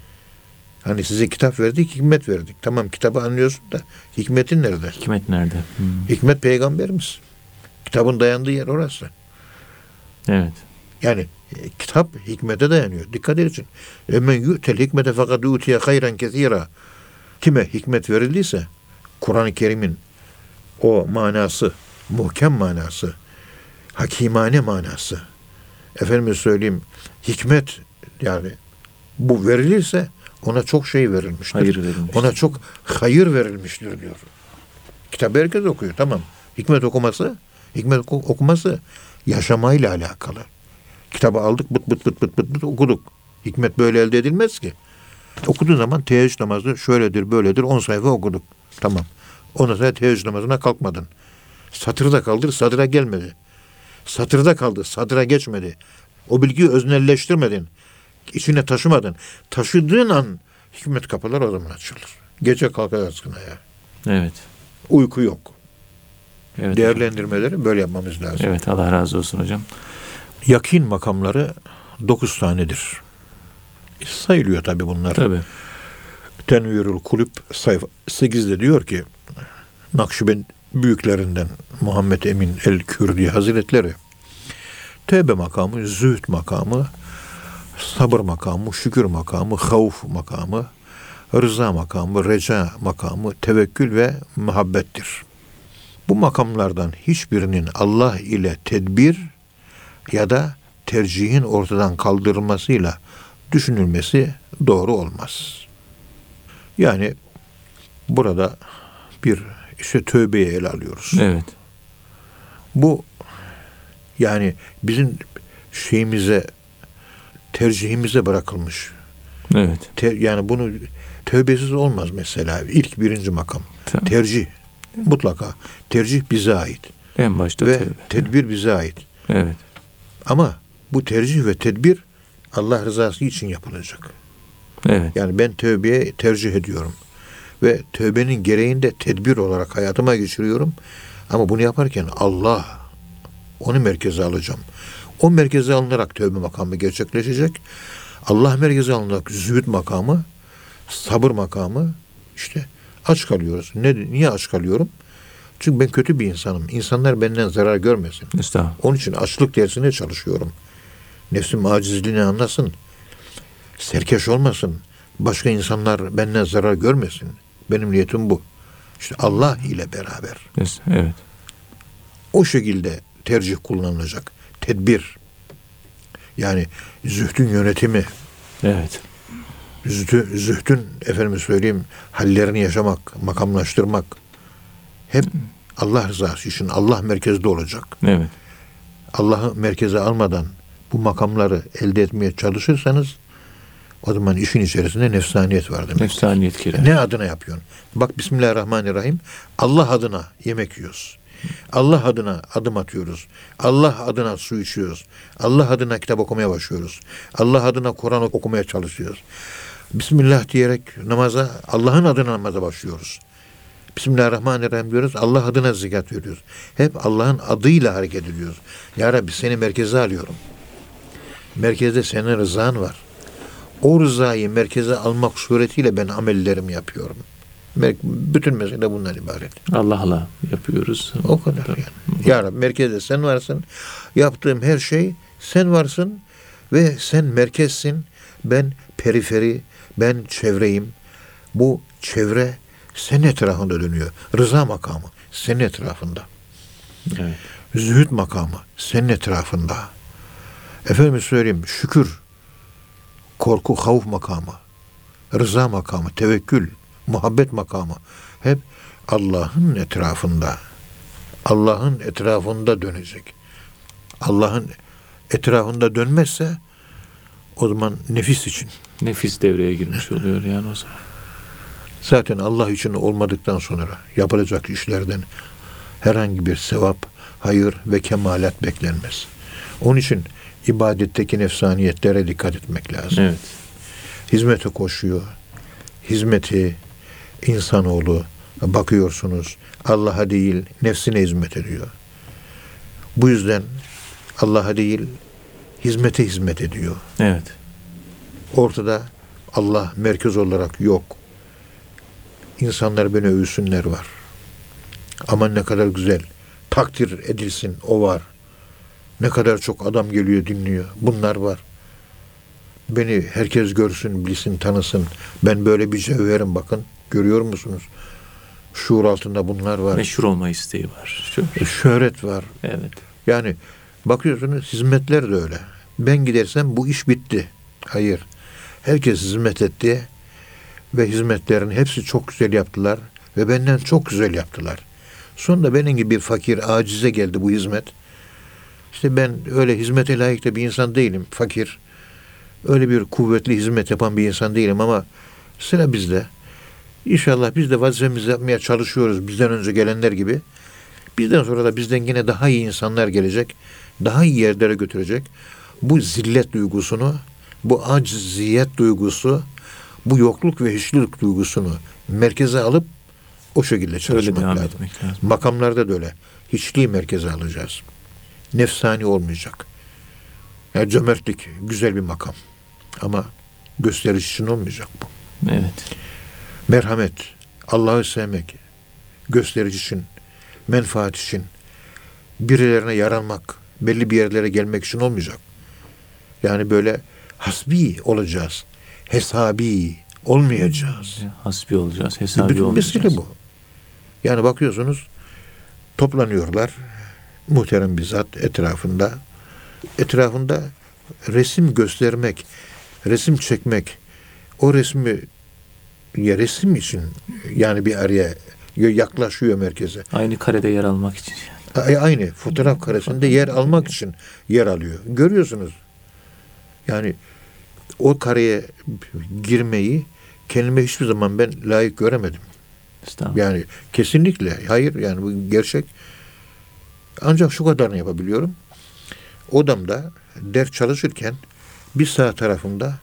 Hani size kitap verdik, hikmet verdik. Tamam kitabı anlıyorsun da hikmetin nerede? Hikmet nerede? Hmm. Hikmet Peygamberimiz. Kitabın dayandığı yer orası. Evet. Yani e, kitap hikmete dayanıyor. Dikkat edin. Emen yu'tel hikmete fakat utiye hayran kesira. Kime hikmet verildiyse Kur'an-ı Kerim'in o manası, muhkem manası, hakimane manası, efendime söyleyeyim hikmet yani bu verilirse ona çok şey verilmiştir. Hayır verilmiştir. Ona çok hayır verilmiştir diyor. Kitabı herkes okuyor tamam. Hikmet okuması, hikmet oku- okuması yaşamayla alakalı. Kitabı aldık bıt bıt bıt bıt bıt bıt okuduk. Hikmet böyle elde edilmez ki. Okuduğun zaman teheccüd namazı şöyledir böyledir on sayfa okuduk. Tamam. Ondan sonra teheccüd namazına kalkmadın. Satırda kaldır sadıra gelmedi. Satırda kaldı sadıra geçmedi. O bilgiyi öznelleştirmedin. İçine taşımadın. Taşıdığın an hikmet kapılar o zaman açılır. Gece kalkarsın ayağa. Evet. Uyku yok. Evet. Değerlendirmeleri böyle yapmamız lazım. Evet, Allah razı olsun hocam. Yakin makamları dokuz tanedir. Sayılıyor tabii bunlar. Tabii. Tenvirül Kulüp sayfa sekizde diyor ki Nakşibend büyüklerinden Muhammed Emin el-Kürdi Hazretleri tevbe makamı, zühd makamı, sabır makamı, şükür makamı, havf makamı, rıza makamı, reca makamı, tevekkül ve muhabbettir. Bu makamlardan hiçbirinin Allah ile tedbir ya da tercihin ortadan kaldırılmasıyla düşünülmesi doğru olmaz. Yani burada bir işte tövbeye ele alıyoruz. Evet. Bu yani bizim şeyimize tercihimize bırakılmış. Evet. Te, yani bunu tövbesiz olmaz mesela. İlk birinci makam. Tamam. Tercih. Mutlaka. Tercih bize ait. En başta Ve tövbe. tedbir bize ait. Evet. Ama bu tercih ve tedbir Allah rızası için yapılacak. Evet. Yani ben tövbeye tercih ediyorum. Ve tövbenin gereğinde tedbir olarak hayatıma geçiriyorum. Ama bunu yaparken Allah onu merkeze alacağım. O merkeze alınarak tövbe makamı gerçekleşecek. Allah merkeze alınarak zühd makamı, sabır makamı işte aç kalıyoruz. Ne, niye aç kalıyorum? Çünkü ben kötü bir insanım. İnsanlar benden zarar görmesin. Estağfurullah. Onun için açlık dersine çalışıyorum. Nefsim acizliğini anlasın. Serkeş olmasın. Başka insanlar benden zarar görmesin. Benim niyetim bu. İşte Allah ile beraber. Yes, evet. O şekilde tercih kullanılacak. Tedbir. Yani zühdün yönetimi. Evet. Zühdü, zühdün efendim söyleyeyim hallerini yaşamak, makamlaştırmak. Hep Allah rızası için Allah merkezde olacak. Evet. Allah'ı merkeze almadan bu makamları elde etmeye çalışırsanız o zaman işin içerisinde nefsaniyet var demek. Nefsaniyet girer. Ne adına yapıyorsun? Bak Bismillahirrahmanirrahim. Allah adına yemek yiyoruz. Allah adına adım atıyoruz. Allah adına su içiyoruz. Allah adına kitap okumaya başlıyoruz. Allah adına Kur'an okumaya çalışıyoruz. Bismillah diyerek namaza, Allah'ın adına namaza başlıyoruz. Bismillahirrahmanirrahim diyoruz. Allah adına zekat veriyoruz. Hep Allah'ın adıyla hareket ediyoruz. Ya Rabbi seni merkeze alıyorum. Merkezde senin rızan var. O rızayı merkeze almak suretiyle ben amellerimi yapıyorum. Bütün mesele bundan ibaret. Allah Allah yapıyoruz. O kadar yani. Ya Rabbi merkezde sen varsın. Yaptığım her şey sen varsın ve sen merkezsin. Ben periferi, ben çevreyim. Bu çevre senin etrafında dönüyor. Rıza makamı senin etrafında. Evet. Zühd makamı senin etrafında. Efendim söyleyeyim şükür, korku, havf makamı, rıza makamı, tevekkül, muhabbet makamı hep Allah'ın etrafında. Allah'ın etrafında dönecek. Allah'ın etrafında dönmezse o zaman nefis için. Nefis devreye girmiş oluyor yani o zaman. Zaten Allah için olmadıktan sonra yapılacak işlerden herhangi bir sevap, hayır ve kemalat beklenmez. Onun için ibadetteki nefsaniyetlere dikkat etmek lazım. Evet. Hizmete koşuyor. Hizmeti insanoğlu bakıyorsunuz Allah'a değil nefsine hizmet ediyor. Bu yüzden Allah'a değil hizmete hizmet ediyor. Evet. Ortada Allah merkez olarak yok. İnsanlar beni övsünler var. Aman ne kadar güzel. Takdir edilsin o var. Ne kadar çok adam geliyor dinliyor. Bunlar var. Beni herkes görsün, bilsin, tanısın. Ben böyle bir cevherim bakın. Görüyor musunuz? Şuur altında bunlar var. Meşhur olma isteği var. Şöhret. Şöhret var. Evet. Yani bakıyorsunuz hizmetler de öyle. Ben gidersem bu iş bitti. Hayır. Herkes hizmet etti ve hizmetlerin hepsi çok güzel yaptılar ve benden çok güzel yaptılar. Sonra benim gibi bir fakir, acize geldi bu hizmet. İşte ben öyle hizmete layık da bir insan değilim. Fakir. Öyle bir kuvvetli hizmet yapan bir insan değilim ama sıra bizde. İnşallah biz de vazifemizi yapmaya çalışıyoruz bizden önce gelenler gibi. Bizden sonra da bizden yine daha iyi insanlar gelecek. Daha iyi yerlere götürecek. Bu zillet duygusunu, bu acziyet duygusu, bu yokluk ve hiçlik duygusunu merkeze alıp o şekilde çalışmak Öyle devam lazım. etmek lazım. Makamlarda da öyle. Hiçliği merkeze alacağız. Nefsani olmayacak. Yani cömertlik güzel bir makam. Ama gösteriş için olmayacak bu. Evet. Merhamet, Allah'ı sevmek, gösteriş için, menfaat için, birilerine yaranmak, belli bir yerlere gelmek için olmayacak. Yani böyle hasbi olacağız. Hesabi olmayacağız. Hasbi olacağız, hesabi Bütün olmayacağız. mesele bu. Yani bakıyorsunuz toplanıyorlar muhterem bir zat etrafında. Etrafında resim göstermek, resim çekmek, o resmi ya resim için yani bir araya yaklaşıyor merkeze. Aynı karede yer almak için. A- Aynı fotoğraf karesinde yer almak için yer alıyor. Görüyorsunuz. Yani o kareye girmeyi kendime hiçbir zaman ben layık göremedim. Estağfurullah. Yani kesinlikle hayır yani bu gerçek. Ancak şu kadarını yapabiliyorum. Odamda ders çalışırken bir sağ tarafımda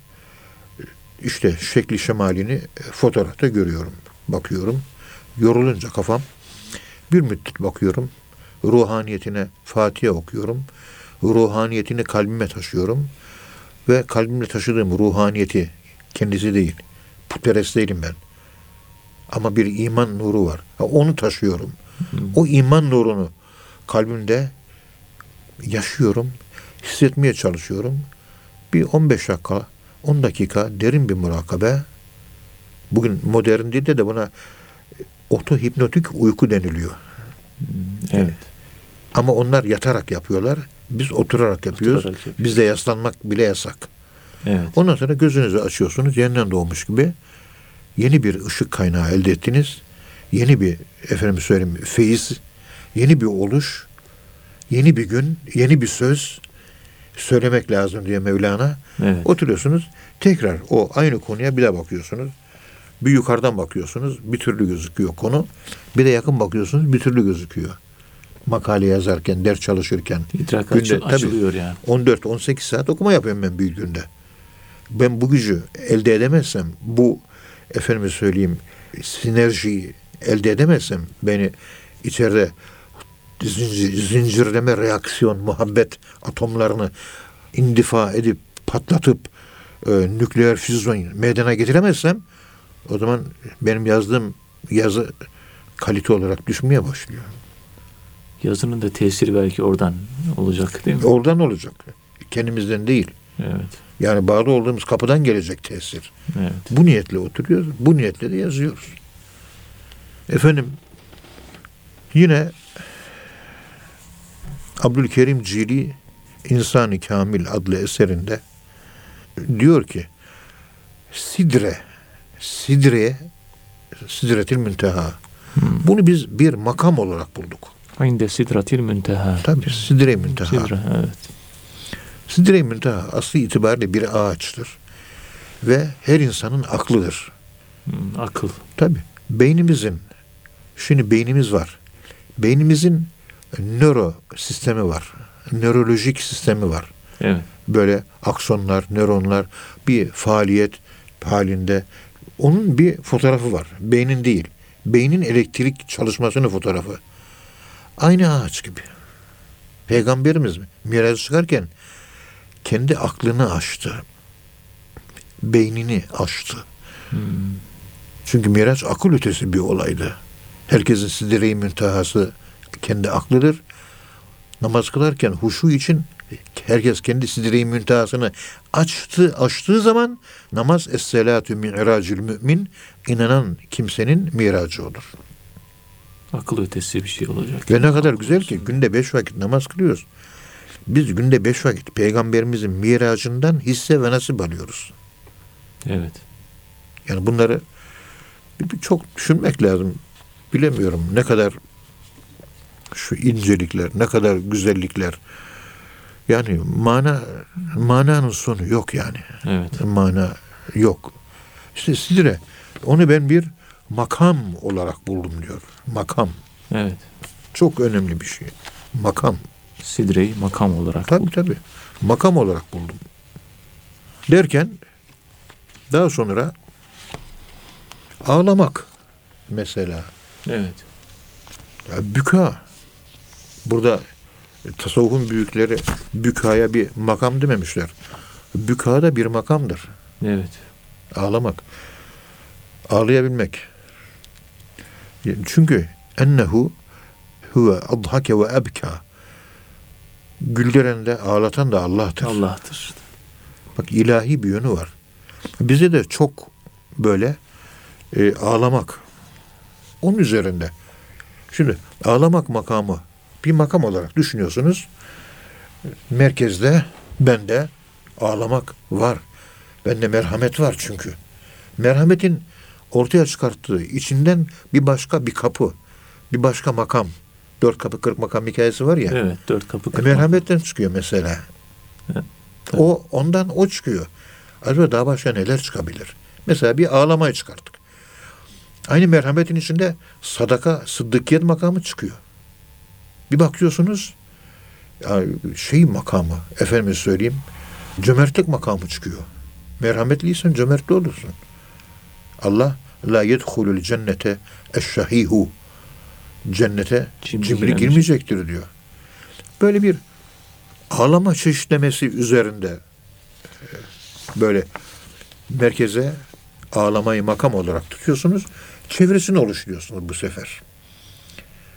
işte şekli şemalini fotoğrafta görüyorum. Bakıyorum. Yorulunca kafam bir müddet bakıyorum. Ruhaniyetine Fatiha okuyorum. Ruhaniyetini kalbime taşıyorum. Ve kalbimde taşıdığım ruhaniyeti kendisi değil. Putperest değilim ben. Ama bir iman nuru var. Onu taşıyorum. O iman nurunu kalbimde yaşıyorum, hissetmeye çalışıyorum. Bir on beş dakika, on dakika derin bir murakabe. Bugün modern dilde de buna otohipnotik uyku deniliyor. Evet. Ama onlar yatarak yapıyorlar. Biz oturarak yapıyoruz. Oturarak yapıyoruz. Bizde yaslanmak bile yasak. Evet. Ondan sonra gözünüzü açıyorsunuz. Yeniden doğmuş gibi yeni bir ışık kaynağı elde ettiniz. Yeni bir, efendim söyleyeyim, feyiz, yeni bir oluş, yeni bir gün, yeni bir söz söylemek lazım diye Mevlana. Evet. Oturuyorsunuz. Tekrar o aynı konuya bir daha bakıyorsunuz. Bir yukarıdan bakıyorsunuz. Bir türlü gözüküyor konu. Bir de yakın bakıyorsunuz. Bir türlü gözüküyor. Makale yazarken, ders çalışırken. İdrak günde, açı- tabii, açılıyor yani. on dört on sekiz saat okuma yapıyorum ben bir günde. Ben bu gücü elde edemezsem, bu efendime söyleyeyim sinerjiyi elde edemezsem, beni içeride zincir, zincirleme reaksiyon, muhabbet atomlarını indifa edip patlatıp e, nükleer füzyon meydana getiremezsem, o zaman benim yazdığım yazı kalite olarak düşmeye başlıyor. Yazının da tesiri belki oradan olacak değil mi? Oradan olacak. Kendimizden değil. Evet. Yani bağlı olduğumuz kapıdan gelecek tesir. Evet. Bu niyetle oturuyoruz. Bu niyetle de yazıyoruz. Efendim yine Abdülkerim Cili İnsan-ı Kamil adlı eserinde diyor ki Sidre Sidre Sidretil Münteha. Hmm. Bunu biz bir makam olarak bulduk. İnde sidratil münteha. Tabii Sidre-i Münteha. Sidra, evet. Sidre-i Münteha aslı itibariyle bir ağaçtır. Ve her insanın aklıdır. Hmm, akıl. Tabii. Beynimizin, şimdi beynimiz var. Beynimizin nöro sistemi var. Nörolojik sistemi var. Evet. Böyle aksonlar, nöronlar bir faaliyet halinde. Onun bir fotoğrafı var. Beynin değil. Beynin elektrik çalışmasının fotoğrafı. Aynı ağaç gibi. Peygamberimiz Miraç çıkarken kendi aklını açtı. Beynini açtı. Hmm. Çünkü Miraç akıl ötesi bir olaydı. Herkesin sidre-i müntehası kendi aklıdır. Namaz kılarken huşu için herkes kendi sidre-i müntehasını açtı, açtığı zaman namaz es-selatu mi'racil mümin, inanan kimsenin miracı olur. Akıl ötesi bir şey olacak. Ve ne kadar güzel ki günde beş vakit namaz kılıyoruz. Biz günde beş vakit Peygamberimizin miracından hisse ve nasip alıyoruz. Evet. Yani bunları bir, bir çok düşünmek lazım. Bilemiyorum ne kadar şu incelikler, ne kadar güzellikler. Yani mana mananın sonu yok yani. Evet. Mana yok. İşte sidre onu ben bir makam olarak buldum diyor. Makam. Evet. Çok önemli bir şey. Makam. Sidreyi makam olarak. Tabii tabii. Makam olarak buldum. Derken daha sonra ağlamak mesela. Evet. Ya büka. Burada tasavvufun büyükleri bükaya bir makam dememişler. Büka da bir makamdır. Evet. Ağlamak. Ağlayabilmek. Çünkü ennehu huve adhake ve ebka. Güldüren de ağlatan da Allah'tır. Allah'tır. Bak ilahi bir yönü var. Bize de çok böyle e, ağlamak. Onun üzerinde. Şimdi ağlamak makamı bir makam olarak düşünüyorsunuz. Merkezde bende ağlamak var. Bende merhamet var çünkü. Merhametin ortaya çıkarttığı içinden bir başka bir kapı, bir başka makam. Dört kapı kırk makam hikayesi var ya. Evet. Dört kapı E, kırk merhametten çıkıyor mesela. Evet, tabii. O ondan o çıkıyor. Acaba daha başka neler çıkabilir? Mesela bir ağlamayı çıkarttık. Aynı merhametin içinde sadaka, sıddıkiyet makamı çıkıyor. Bir bakıyorsunuz ya şey makamı, efendim söyleyeyim, cömertlik makamı çıkıyor. Merhametliysen cömertli olursun. Allah la yedhulul cennete eşşahihu. Cennete Cimri cimri giremeyecek. girmeyecektir diyor. Böyle bir ağlama çeşitlemesi üzerinde e, böyle merkeze ağlamayı makam olarak tutuyorsunuz. Çevresini oluşturuyorsunuz bu sefer.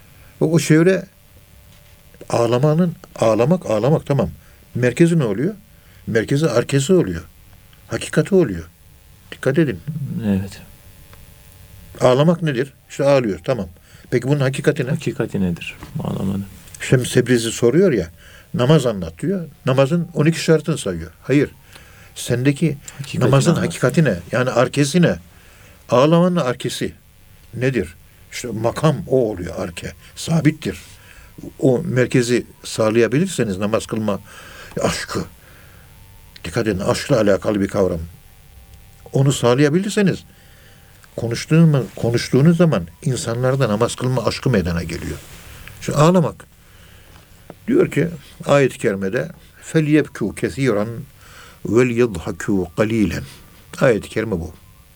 O, o çevre ağlamanın, ağlamak ağlamak tamam. Merkezi ne oluyor? Merkezi arkesi oluyor. Hakikati oluyor. Dikkat edin. Evet. Ağlamak nedir? İşte ağlıyor tamam. Peki bunun hakikati ne? Hakikati nedir ağlamanın? Şimdi Sebrizi soruyor ya, namaz anlat diyor. Namazın on iki şartını sayıyor. Hayır. Sendeki Hakikati namazın anlat. hakikati ne? Yani arkesi ne? Ağlamanın arkesi nedir? İşte makam o oluyor arke. Sabittir. O merkezi sağlayabilirseniz namaz kılma aşkı. Dikkat edin, aşkla alakalı bir kavram. Onu sağlayabilirseniz konuştuğunuz, konuştuğunuz zaman insanlarda namaz kılma aşkı meydana geliyor. Şimdi ağlamak. Diyor ki ayet-i kerimede فَلْيَبْكُوا كَثِيرًا وَلْيَضْحَكُوا قَلِيلًا. Ayet-i kerime bu.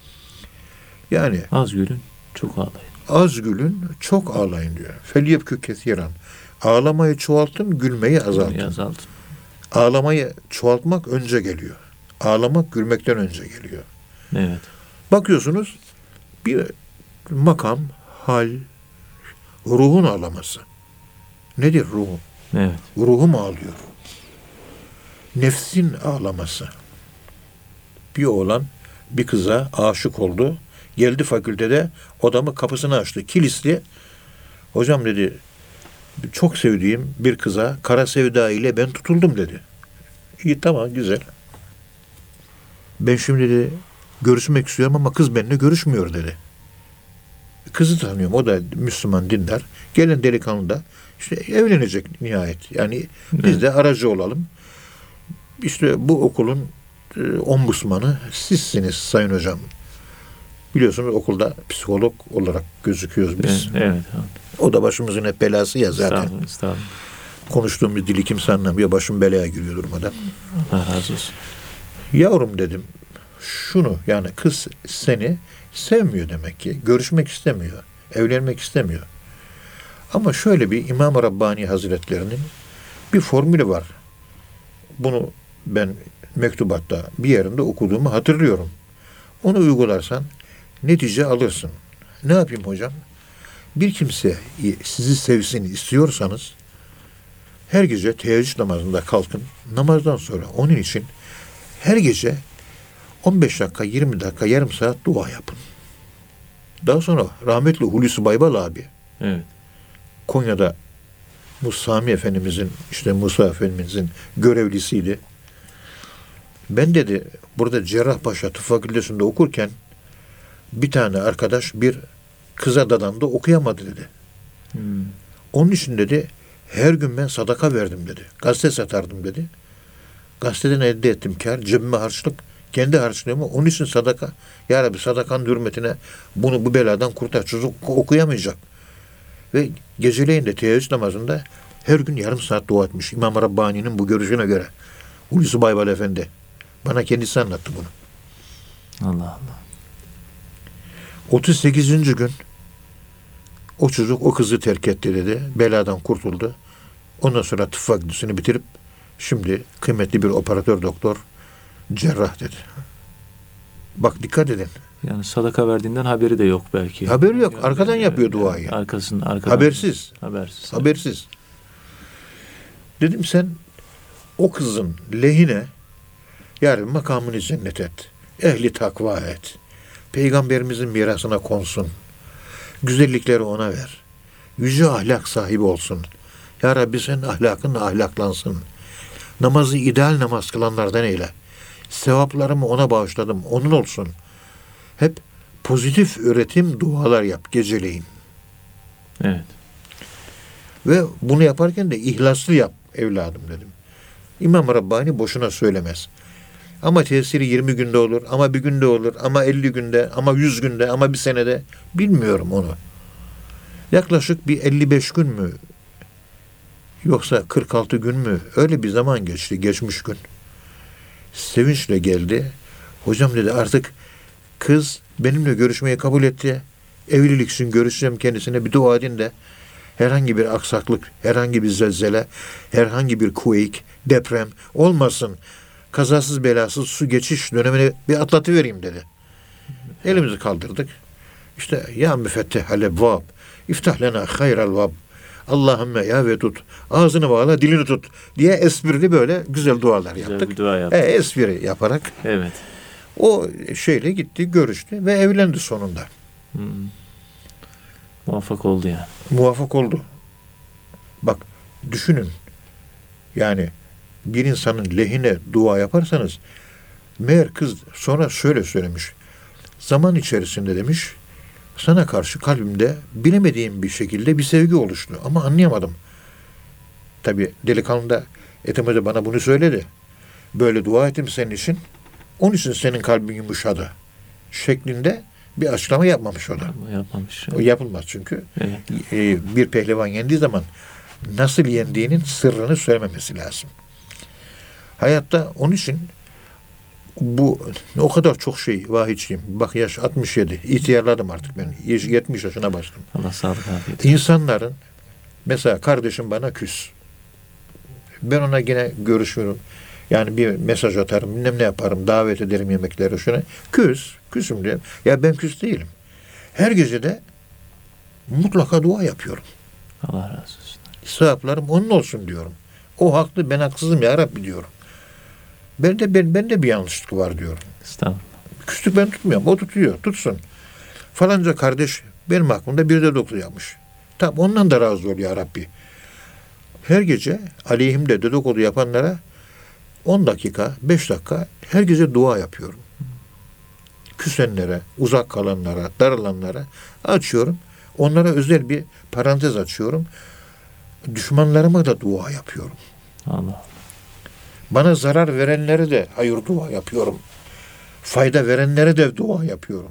Yani Az gülün, çok ağlayın. az gülün, çok ağlayın diyor. فَلْيَبْكُوا كَثِيرًا. Ağlamayı çoğaltın, gülmeyi azaltın. Azaltın. Ağlamayı çoğaltmak önce geliyor. Ağlamak gülmekten önce geliyor. Evet. Bakıyorsunuz bir makam, hal, ruhun ağlaması. Nedir ruhun? Evet. Ruhum ağlıyor. Nefsin ağlaması. Bir oğlan bir kıza aşık oldu. Geldi fakültede odamın kapısını açtı. Kilitli. Hocam dedi çok sevdiğim bir kıza kara sevda ile ben tutuldum dedi. İyi tamam güzel. Ben şimdi dedi görüşmek istiyorum ama kız benimle görüşmüyor dedi. Kızı tanıyorum. O da Müslüman dindar. Gelen delikanlı da işte evlenecek nihayet. Yani biz Evet. de aracı olalım. İşte bu okulun e, ombudsmanı sizsiniz sayın hocam. Biliyorsunuz okulda psikolog olarak gözüküyoruz biz. Evet. Evet. O da başımızın hep belası ya zaten. Estağfurullah, estağfurullah. Konuştuğumuz dili kimse anlamıyor. Başım belaya giriyor durmadan. Allah razı olsun. Yavrum dedim şunu yani kız seni sevmiyor demek ki. Görüşmek istemiyor. Evlenmek istemiyor. Ama şöyle bir İmam-ı Rabbani Hazretlerinin bir formülü var. Bunu ben mektubatta bir yerinde okuduğumu hatırlıyorum. Onu uygularsan netice alırsın. Ne yapayım hocam? Bir kimse sizi sevsin istiyorsanız her gece teheccüd namazında kalkın. Namazdan sonra onun için her gece on beş dakika, yirmi dakika, yarım saat dua yapın. Daha sonra rahmetli Hulusi Baybal abi Evet. Konya'da Musami Efendimizin, işte Musa Efendimizin görevlisiydi. Ben dedi burada Cerrahpaşa Tıp Fakültesi'nde okurken bir tane arkadaş bir kıza dadandı okuyamadı dedi. Hmm. Onun için dedi her gün ben sadaka verdim dedi. Gazete satardım dedi. Gazeteden elde ettim kar, cebime harçlık, kendi harçlığımı onun için sadaka. Ya Rabbi sadakanın hürmetine bunu bu beladan kurtar. Çocuk okuyamayacak. Ve geceleyin de teheccüd namazında her gün yarım saat dua etmiş. İmam Rabbani'nin bu görüşüne göre. Hulusi Baybal Efendi. Bana kendisi anlattı bunu. Allah Allah. otuz sekizinci gün o çocuk o kızı terk etti dedi. Beladan kurtuldu. Ondan sonra tıp fakültesini bitirip şimdi kıymetli bir operatör doktor, cerrah dedi. Bak dikkat edin. Yani sadaka verdiğinden haberi de yok belki. Haberi yok. Yani, Arkadan yani, yapıyor yani duayı. Arkasında, arkadan. Habersiz. Habersiz. Habersiz. Dedim sen o kızın lehine yani makamını cennet et. Ehli takva et. Peygamberimizin mirasına konsun. Güzellikleri ona ver. Yüce ahlak sahibi olsun. Ya Rabbi senin ahlakınla ahlaklansın. Namazı ideal namaz kılanlardan eyle. Sevaplarımı ona bağışladım. Onun olsun. Hep pozitif üretim dualar yap geceleyin. Evet. Ve bunu yaparken de ihlaslı yap evladım dedim. İmam Rabbani boşuna söylemez. Ama tesiri yirmi günde olur, ama bir günde olur, ama elli günde, ama yüz günde, ama bir senede. Bilmiyorum onu. Yaklaşık bir elli beş gün mü? Yoksa kırk altı gün mü? Öyle bir zaman geçti, geçmiş gün. Sevinçle geldi. Hocam dedi artık kız benimle görüşmeyi kabul etti. Evlilik için görüşeceğim kendisine, bir dua edin de herhangi bir aksaklık, herhangi bir zelzele, herhangi bir quake, deprem olmasın. Kazasız belasız su geçiş dönemini bir atlatıvereyim dedi. Elimizi kaldırdık. İşte ya müfettih alebvab, iftah lena hayral vab. Allahümme ya ve tut. Ağzını bağla, dilini tut diye esprili böyle güzel dualar Güzel yaptık. bir dua E, yaptık. espri yaparak Evet. o şeyle gitti, görüştü ve evlendi sonunda. Hmm. Muvaffak oldu yani. Muvaffak oldu. Bak düşünün. Yani bir insanın lehine dua yaparsanız meğer kız sonra şöyle söylemiş. Zaman içerisinde demiş sana karşı kalbimde bilemediğim bir şekilde bir sevgi oluştu ama anlayamadım. Tabii delikanlı da Ethem Hoca bana bunu söyledi. Böyle dua ettim senin için. Onun için senin kalbin yumuşadı. Şeklinde bir açıklama yapmamış o da. Ama yapmamış. O yapılmaz çünkü. Evet. Ee, bir pehlivan yendiği zaman nasıl yendiğinin sırrını söylememesi lazım. Hayatta onun için bu o kadar çok şey vahiyçiyim. Bak yaş altmış yedi. İhtiyarladım artık ben. yetmiş yaşına başladım. Allah sağlık afiyet. İnsanların mesela kardeşim bana küs. Ben ona yine görüşürüm. Yani bir mesaj atarım, bilmem ne yaparım, davet ederim yemeklere şuna. Küs, küsüm diye. Ya ben küs değilim. Her gece de mutlaka dua yapıyorum. Allah razı olsun. Sevaplarım onun olsun diyorum. O haklı, ben haksızım ya Rabbi diyorum. Ben de ben, ben de bir yanlışlık var diyorum. Estağfurullah. Küslük ben tutmuyorum, o tutuyor, tutsun. Falanca kardeş benim hakkımda bir dedikodu yapmış. Tamam ondan da razı ol ya Rabbi. Her gece aleyhimde dedikodu yapanlara on dakika, beş dakika her gece dua yapıyorum. Küsenlere, uzak kalanlara, darılanlara açıyorum. Onlara özel bir parantez açıyorum. Düşmanlarıma da dua yapıyorum. Allah. Bana zarar verenlere de hayır dua yapıyorum. Fayda verenlere de dua yapıyorum.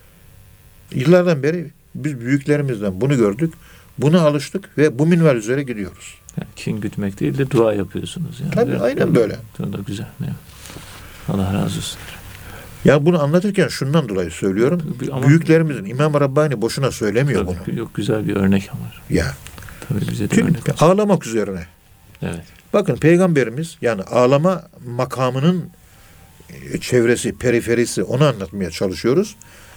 Yıllardan beri biz büyüklerimizden bunu gördük. Buna alıştık ve bu minval üzere gidiyoruz. Yani kin gütmek değil de dua yapıyorsunuz. Yani. Tabii, Evet, aynen evet. böyle. O da güzel. Evet. Allah razı olsun. Ya bunu anlatırken şundan dolayı söylüyorum. Ama- Büyüklerimizin İmam Rabbani boşuna söylemiyor Tabii, bunu. yok güzel bir örnek ama. Ya. Tabii bize de Çünkü örnek olsun. ağlamak üzerine. Evet. Bakın Peygamberimiz yani ağlama makamının e, çevresi, periferisi onu anlatmaya çalışıyoruz.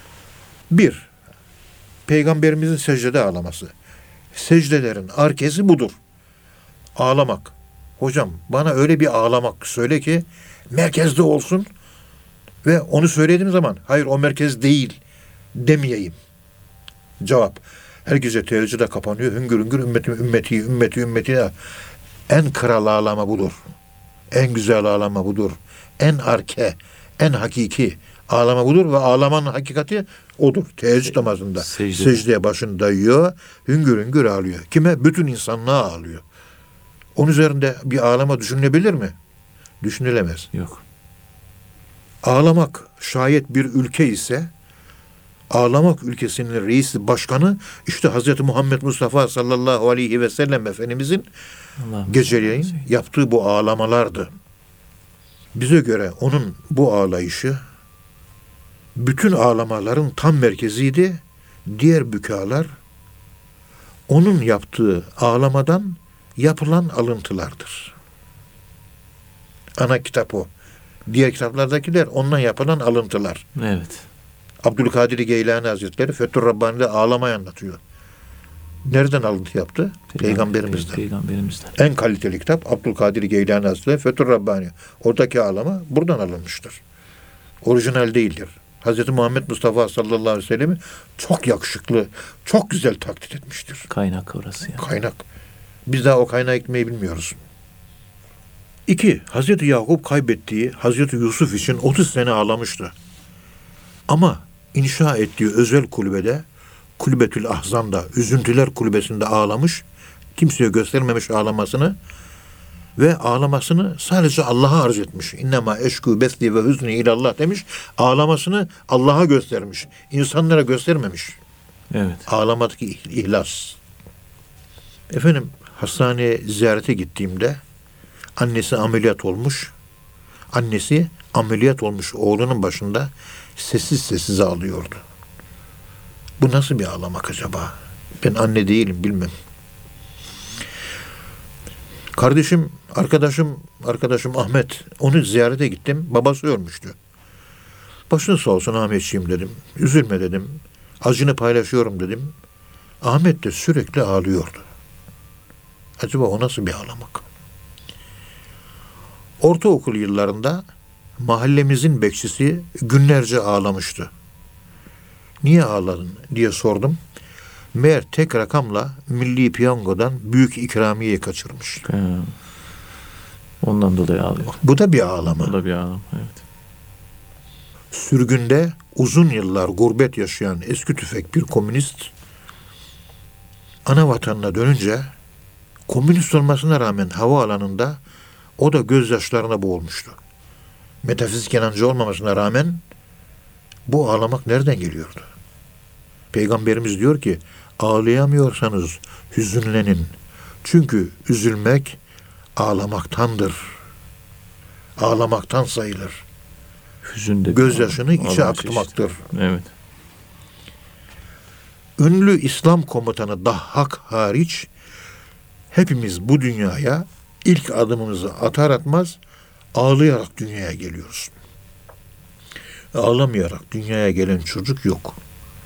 Bir, Peygamberimizin secdede ağlaması. Secdelerin arkesi budur. Ağlamak. Hocam bana öyle bir ağlamak söyle ki merkezde olsun ve onu söylediğim zaman hayır o merkez değil demeyeyim. Cevap. Her gece teheccüde kapanıyor. Hüngür hüngür ümmeti ümmeti ümmeti ümmeti. En kral ağlama budur. En güzel ağlama budur. En arke, en hakiki ağlama budur ve ağlamanın hakikati odur. Teheccüd namazında. Secde. Secdeye başını dayıyor. Hüngür hüngür ağlıyor. Kime? Bütün insanlığa ağlıyor. Onun üzerinde bir ağlama düşünülebilir mi? Düşünülemez. Yok. Ağlamak şayet bir ülke ise ağlamak ülkesinin reisi başkanı işte Hazreti Muhammed Mustafa sallallahu aleyhi ve sellem Efendimizin Allah geceleyin yaptığı bu ağlamalardı. Bize göre onun bu ağlayışı bütün ağlamaların tam merkeziydi. Diğer bükalar onun yaptığı ağlamadan yapılan alıntılardır. Ana kitap o. Diğer kitaplardakiler ondan yapılan alıntılar. Evet. Abdülkadir Geylani Hazretleri Fethur Rabbani'de ağlamayı anlatıyor. Nereden alıntı yaptı? Peygamberimizden. Peygamberimizden. En kaliteli kitap Abdülkadir Geylani Hazretleri Fethur Rabbani. Oradaki ağlama buradan alınmıştır. Orijinal değildir. Hz. Muhammed Mustafa sallallahu aleyhi ve sellem'i çok yakışıklı, çok güzel taklit etmiştir. Kaynak orası yani. Kaynak. Biz daha o kaynağı gitmeyi bilmiyoruz. İki, Hazreti Yakup kaybettiği Hazreti Yusuf için otuz sene ağlamıştı. Ama inşa ettiği özel kulübede, Kulübetül Ahzan'da, Üzüntüler Kulübesi'nde ağlamış, kimseye göstermemiş ağlamasını ve ağlamasını sadece Allah'a arz etmiş. İnnemâ eşkû besli ve hüzni ilallah demiş, ağlamasını Allah'a göstermiş, insanlara göstermemiş. Evet. Ağlamadaki ihlas. Efendim hastaneye ziyarete gittiğimde annesi ameliyat olmuş. Annesi ameliyat olmuş oğlunun başında sessiz sessiz ağlıyordu. Bu nasıl bir ağlamak acaba? Ben anne değilim bilmem. Kardeşim, arkadaşım, arkadaşım Ahmet onu ziyarete gittim. Babası ölmüştü. Başın sağ olsun Ahmetciğim dedim. Üzülme dedim. Acını paylaşıyorum dedim. Ahmet de sürekli ağlıyordu. Acaba o nasıl bir ağlamak? Ortaokul yıllarında mahallemizin bekçisi günlerce ağlamıştı. Niye ağladın diye sordum. Meğer tek rakamla Milli Piyango'dan büyük ikramiye kaçırmış. He. Ondan dolayı ağlıyor. Bu da bir ağlama. Bu da bir ağlama, evet. Sürgünde uzun yıllar gurbet yaşayan eski tüfek bir komünist ana vatanına dönünce komünist olmasına rağmen havaalanında o da gözyaşlarına boğulmuştu. Metafizik inancı olmamasına rağmen bu ağlamak nereden geliyordu? Peygamberimiz diyor ki ağlayamıyorsanız hüzünlenin. Çünkü üzülmek ağlamaktandır. Ağlamaktan sayılır. Hüzün de Gözyaşını içe ağlama akıtmaktır. çeşidi. Evet. Ünlü İslam komutanı Dahhak hariç hepimiz bu dünyaya ilk adımımızı atar atmaz ağlayarak dünyaya geliyoruz. Ağlamayarak dünyaya gelen çocuk yok.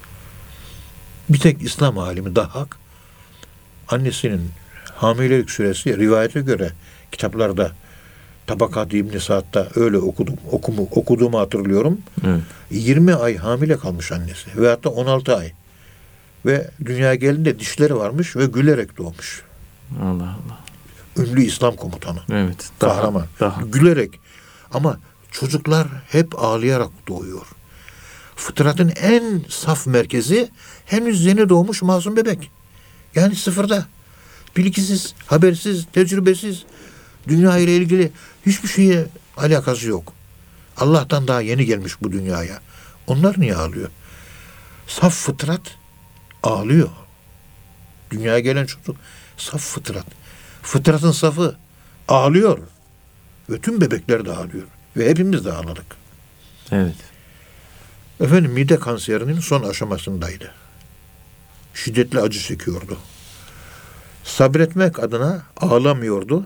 Bir tek İslam alimi Dahhak annesinin hamilelik süresi rivayete göre kitaplarda Tabakat-ı İbn-i Sa'd'da öyle okudum, okumu, okuduğumu hatırlıyorum. Evet. yirmi ay hamile kalmış annesi veyahut da on altı ay. Ve dünyaya geldiğinde dişleri varmış ve gülerek doğmuş. Allah Allah. Ünlü İslam komutanı. Evet. Kahraman. Daha. Gülerek. Ama çocuklar hep ağlayarak doğuyor. Fıtratın en saf merkezi henüz yeni doğmuş masum bebek. Yani sıfırda. Bilgisiz, habersiz, tecrübesiz. Dünya ile ilgili hiçbir şeye alakası yok. Allah'tan daha yeni gelmiş bu dünyaya. Onlar niye ağlıyor? Saf fıtrat ağlıyor. Dünyaya gelen çocuk saf fıtrat. Fıtratın safı ağlıyor. Ve tüm bebekler de ağlıyor. Ve hepimiz de ağladık. Evet. Efendim mide kanserinin son aşamasındaydı. Şiddetli acı çekiyordu. Sabretmek adına ağlamıyordu.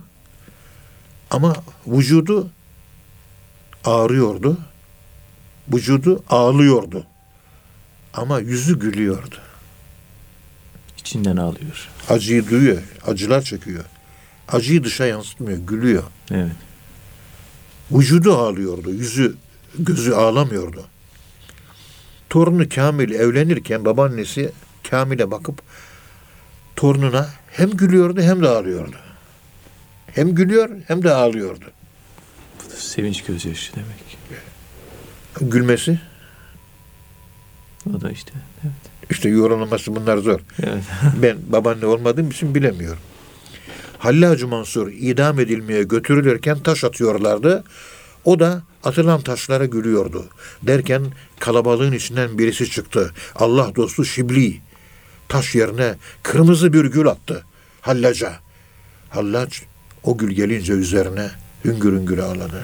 Ama vücudu ağrıyordu. Vücudu ağlıyordu. Ama yüzü gülüyordu. İçinden ağlıyor. Acıyı duyuyor. Acılar çekiyor. Acıyı dışa yansıtmıyor. Gülüyor. Evet. Vücudu ağlıyordu. Yüzü, gözü ağlamıyordu. Torunu Kamil evlenirken babaannesi Kamil'e bakıp torununa hem gülüyordu hem de ağlıyordu. Hem gülüyor hem de ağlıyordu. Bu da sevinç gözyaşı demek. Gülmesi, O da işte. Evet. işte yorumlaması bunlar zor. Evet. Ben babaanne olmadığım için bilemiyorum. Hallacı Mansur idam edilmeye götürülürken taş atıyorlardı. O da atılan taşlara gülüyordu. Derken kalabalığın içinden birisi çıktı. Allah dostu Şibli. Taş yerine kırmızı bir gül attı Hallaca. Hallac o gül gelince üzerine hüngür hüngür ağladı.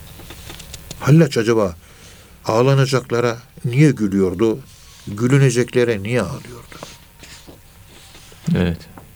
Hallac acaba ağlanacaklara niye gülüyordu? Gülüneceklere niye ağlıyordu? Evet.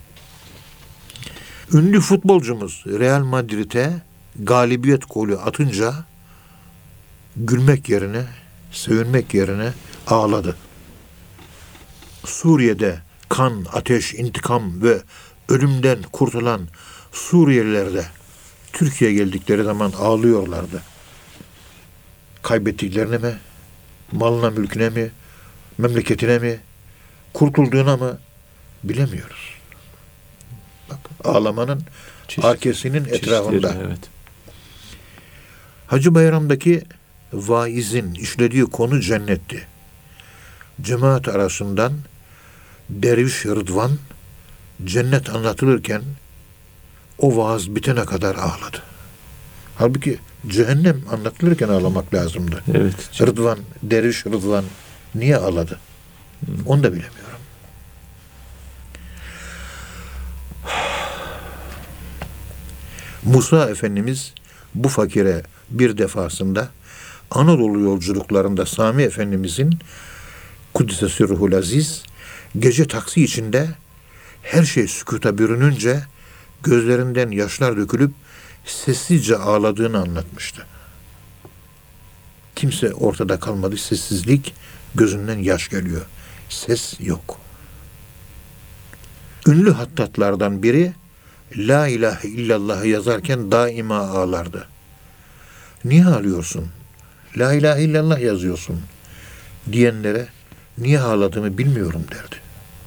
Ünlü futbolcumuz Real Madrid'e galibiyet golü atınca gülmek yerine, sevinmek yerine ağladı. Suriye'de kan, ateş, intikam ve ölümden kurtulan Suriyeliler de Türkiye'ye geldikleri zaman ağlıyorlardı. Kaybettiklerine mi, malına, mülküne mi, memleketine mi, kurtulduğuna mı bilemiyoruz. Bak, ağlamanın Çeşit- arkesinin etrafında. çeşitleri, evet. Hacı Bayram'daki vaizin işlediği konu cennetti. Cemaat arasından Derviş Rıdvan cennet anlatılırken o vaaz bitene kadar ağladı. Halbuki cehennem anlatılırken ağlamak lazımdı. Evet. Rıdvan, Derviş Rıdvan niye ağladı? Onu da bilemiyorum. Musa Efendimiz bu fakire bir defasında Anadolu yolculuklarında Sami Efendimizin Kuddise Sirruhul Aziz gece taksi içinde her şey sükuta bürününce gözlerinden yaşlar dökülüp sessizce ağladığını anlatmıştı. Kimse ortada kalmadı, sessizlik, gözünden yaş geliyor. Ses yok. Ünlü hattatlardan biri La ilahe illallah yazarken daima ağlardı. Niye ağlıyorsun? La ilahe illallah yazıyorsun diyenlere niye ağladığımı bilmiyorum derdi.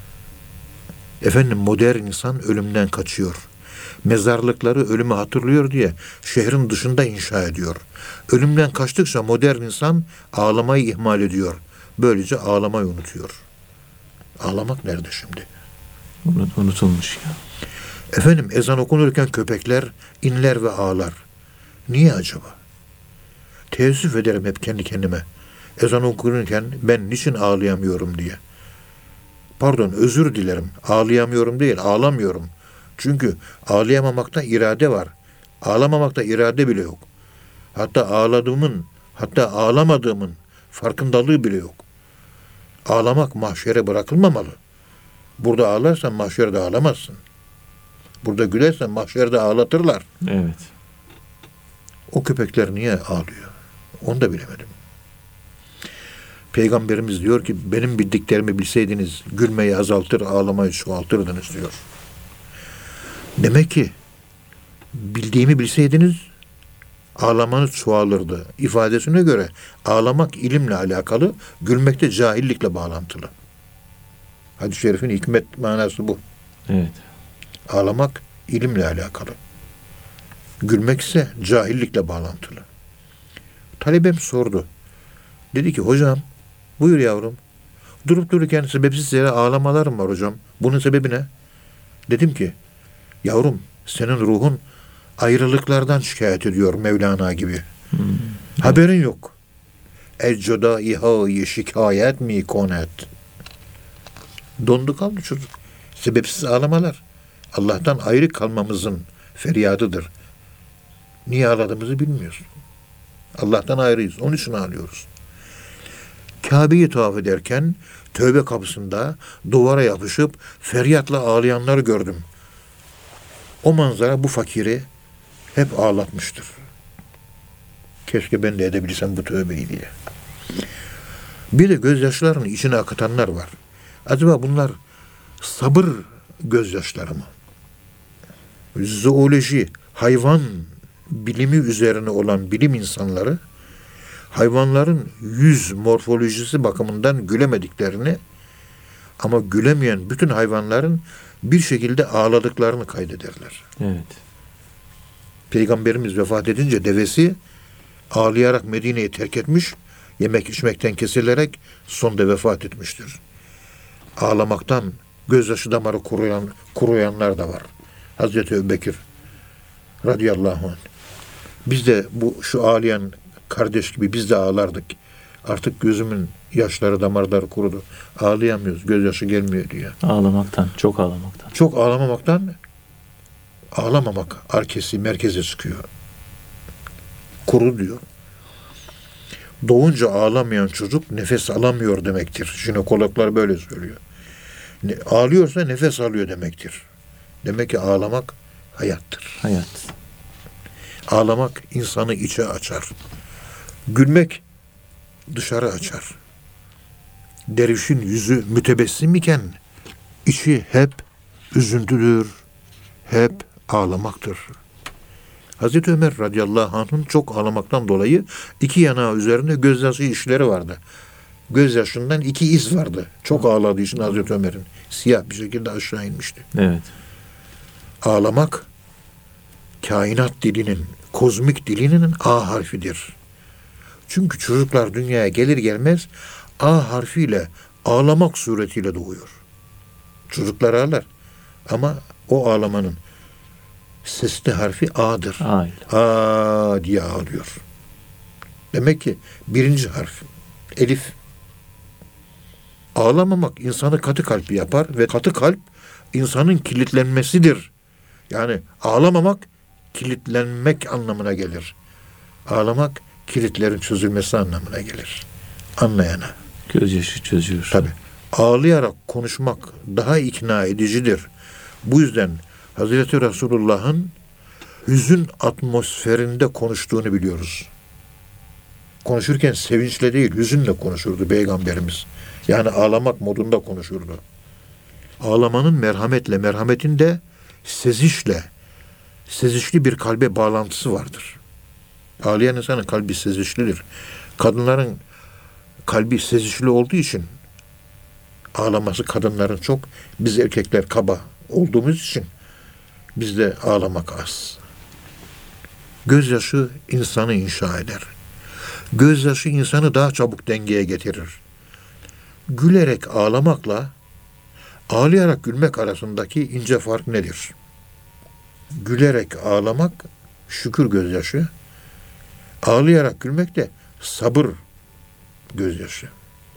Efendim modern insan ölümden kaçıyor. Mezarlıkları ölümü hatırlıyor diye şehrin dışında inşa ediyor. Ölümden kaçtıkça modern insan ağlamayı ihmal ediyor. Böylece ağlamayı unutuyor. Ağlamak nerede şimdi? Unut, unutulmuş ya. Efendim ezan okunurken köpekler inler ve ağlar. Niye acaba? Teessüf ederim hep kendi kendime. Ezan okunurken ben niçin ağlayamıyorum diye. Pardon, özür dilerim. Ağlayamıyorum değil, ağlamıyorum. Çünkü ağlayamamakta irade var. Ağlamamakta irade bile yok. Hatta ağladığımın, hatta ağlamadığımın farkındalığı bile yok. Ağlamak mahşere bırakılmamalı. Burada ağlarsan mahşerde ağlamazsın. Burada gülersen mahşerde ağlatırlar. Evet. O köpekler niye ağlıyor? Onu da bilemedim. Peygamberimiz diyor ki benim bildiklerimi bilseydiniz gülmeyi azaltır, ağlamayı çoğaltırdınız diyor. Demek ki bildiğimi bilseydiniz ağlamanız çoğalırdı. İfadesine göre ağlamak ilimle alakalı, gülmek de cahillikle bağlantılı. Hadis-i şerifin hikmet manası bu. Evet. Ağlamak ilimle alakalı. Gülmek ise cahillikle bağlantılı. Talebem sordu. Dedi ki hocam buyur yavrum. Durup dururken sebepsiz yere ağlamalarım var hocam. Bunun sebebi ne? Dedim ki yavrum senin ruhun ayrılıklardan şikayet ediyor Mevlana gibi. Hmm. Haberin yok. Eccoda ihayı şikayet mi konet. Dondu kaldı çocuk. Sebepsiz ağlamalar Allah'tan ayrı kalmamızın feryadıdır. Niye ağladığımızı bilmiyoruz. Allah'tan ayrıyız. Onun için ağlıyoruz. Kabe'yi tavaf ederken tövbe kapısında duvara yapışıp feryatla ağlayanları gördüm. O manzara bu fakiri hep ağlatmıştır. Keşke ben de edebilsem bu tövbeyi diye. Bir de gözyaşlarını içine akıtanlar var. Acaba bunlar sabır gözyaşları mı? Zooloji, hayvan bilimi üzerine olan bilim insanları hayvanların yüz morfolojisi bakımından gülemediklerini ama gülemeyen bütün hayvanların bir şekilde ağladıklarını kaydederler. Evet. Peygamberimiz vefat edince devesi ağlayarak Medine'yi terk etmiş, yemek içmekten kesilerek sonda vefat etmiştir. Ağlamaktan gözyaşı damarı kuruyan, kuruyanlar da var. Hazreti Ebubekir radıyallahu anh. Biz de bu şu ağlayan kardeş gibi biz de ağlardık. Artık gözümün yaşları damarları kurudu. Ağlayamıyoruz. Gözyaşı gelmiyor diyor. Ağlamaktan, çok ağlamaktan. Çok ağlamamaktan ağlamamak arkesi merkeze çıkıyor. Kuru diyor. Doğunca ağlamayan çocuk nefes alamıyor demektir. Jinekologlar böyle söylüyor. Ne, ağlıyorsa nefes alıyor demektir. Demek ki ağlamak hayattır. Hayat. Ağlamak insanı içe açar. Gülmek dışarı açar. Dervişin yüzü mütebessim iken içi hep üzüntüdür, hep ağlamaktır. Hazreti Ömer radıyallahu anh'ın çok ağlamaktan dolayı iki yanağı üzerinde gözyaşı işleri vardı. Gözyaşından iki iz vardı. Çok ağladığı için Hazreti Ömer'in. Siyah bir şekilde aşağı inmişti. Evet. Ağlamak kainat dilinin, kozmik dilinin A harfidir. Çünkü çocuklar dünyaya gelir gelmez A harfiyle ağlamak suretiyle doğuyor. Çocuklar ağlar ama o ağlamanın sesli harfi A'dır. A. A diye ağlıyor. Demek ki birinci harf Elif. Ağlamamak insanı katı kalpli yapar ve katı kalp insanın kilitlenmesidir. Yani ağlamamak kilitlenmek anlamına gelir. Ağlamak kilitlerin çözülmesi anlamına gelir. Anlayana. Gözyaşı çözüyor. Tabii. Ağlayarak konuşmak daha ikna edicidir. Bu yüzden Hazreti Resulullah'ın hüzün atmosferinde konuştuğunu biliyoruz. Konuşurken sevinçle değil, hüzünle konuşurdu Peygamberimiz. Yani ağlamak modunda konuşurdu. Ağlamanın merhametle, merhametin de sezişle, sezişli bir kalbe bağlantısı vardır. Ağlayan insanın kalbi sezişlidir. Kadınların kalbi sezişli olduğu için ağlaması kadınların çok, biz erkekler kaba olduğumuz için bizde ağlamak az. Gözyaşı insanı inşa eder. Gözyaşı insanı daha çabuk dengeye getirir. Gülerek ağlamakla ağlayarak gülmek arasındaki ince fark nedir? Gülerek ağlamak şükür gözyaşı, ağlayarak gülmek de sabır gözyaşı.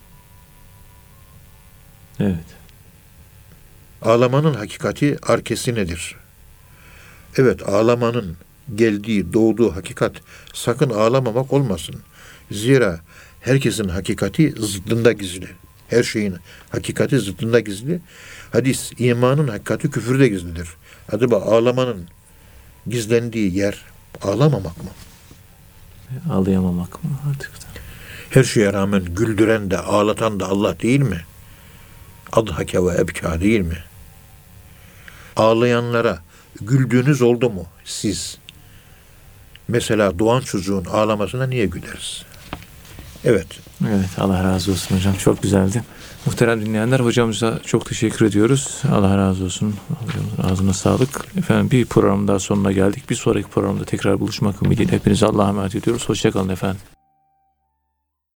Evet. Ağlamanın hakikati arkesi nedir? Evet, ağlamanın geldiği, doğduğu hakikat sakın ağlamamak olmasın. Zira herkesin hakikati zıddında gizli. Her şeyin hakikati zıddında gizli. Hadis, imanın hakikati küfürde gizlidir. Acaba ağlamanın gizlendiği yer ağlamamak mı? Ağlayamamak mı artık da? Her şeye rağmen güldüren de ağlatan da Allah değil mi? Adhake ve ebkâ değil mi? Ağlayanlara güldüğünüz oldu mu siz? Mesela doğan çocuğun ağlamasına niye güleriz? Evet. Evet, Allah razı olsun hocam. Çok güzeldi. Muhterem dinleyenler, hocamıza çok teşekkür ediyoruz. Allah razı olsun. Ağzına sağlık. Efendim, bir program daha sonuna geldik. Bir sonraki programda tekrar buluşmak ümidiyle hepinize Allah'a emanet ediyoruz. Hoşça kalın efendim.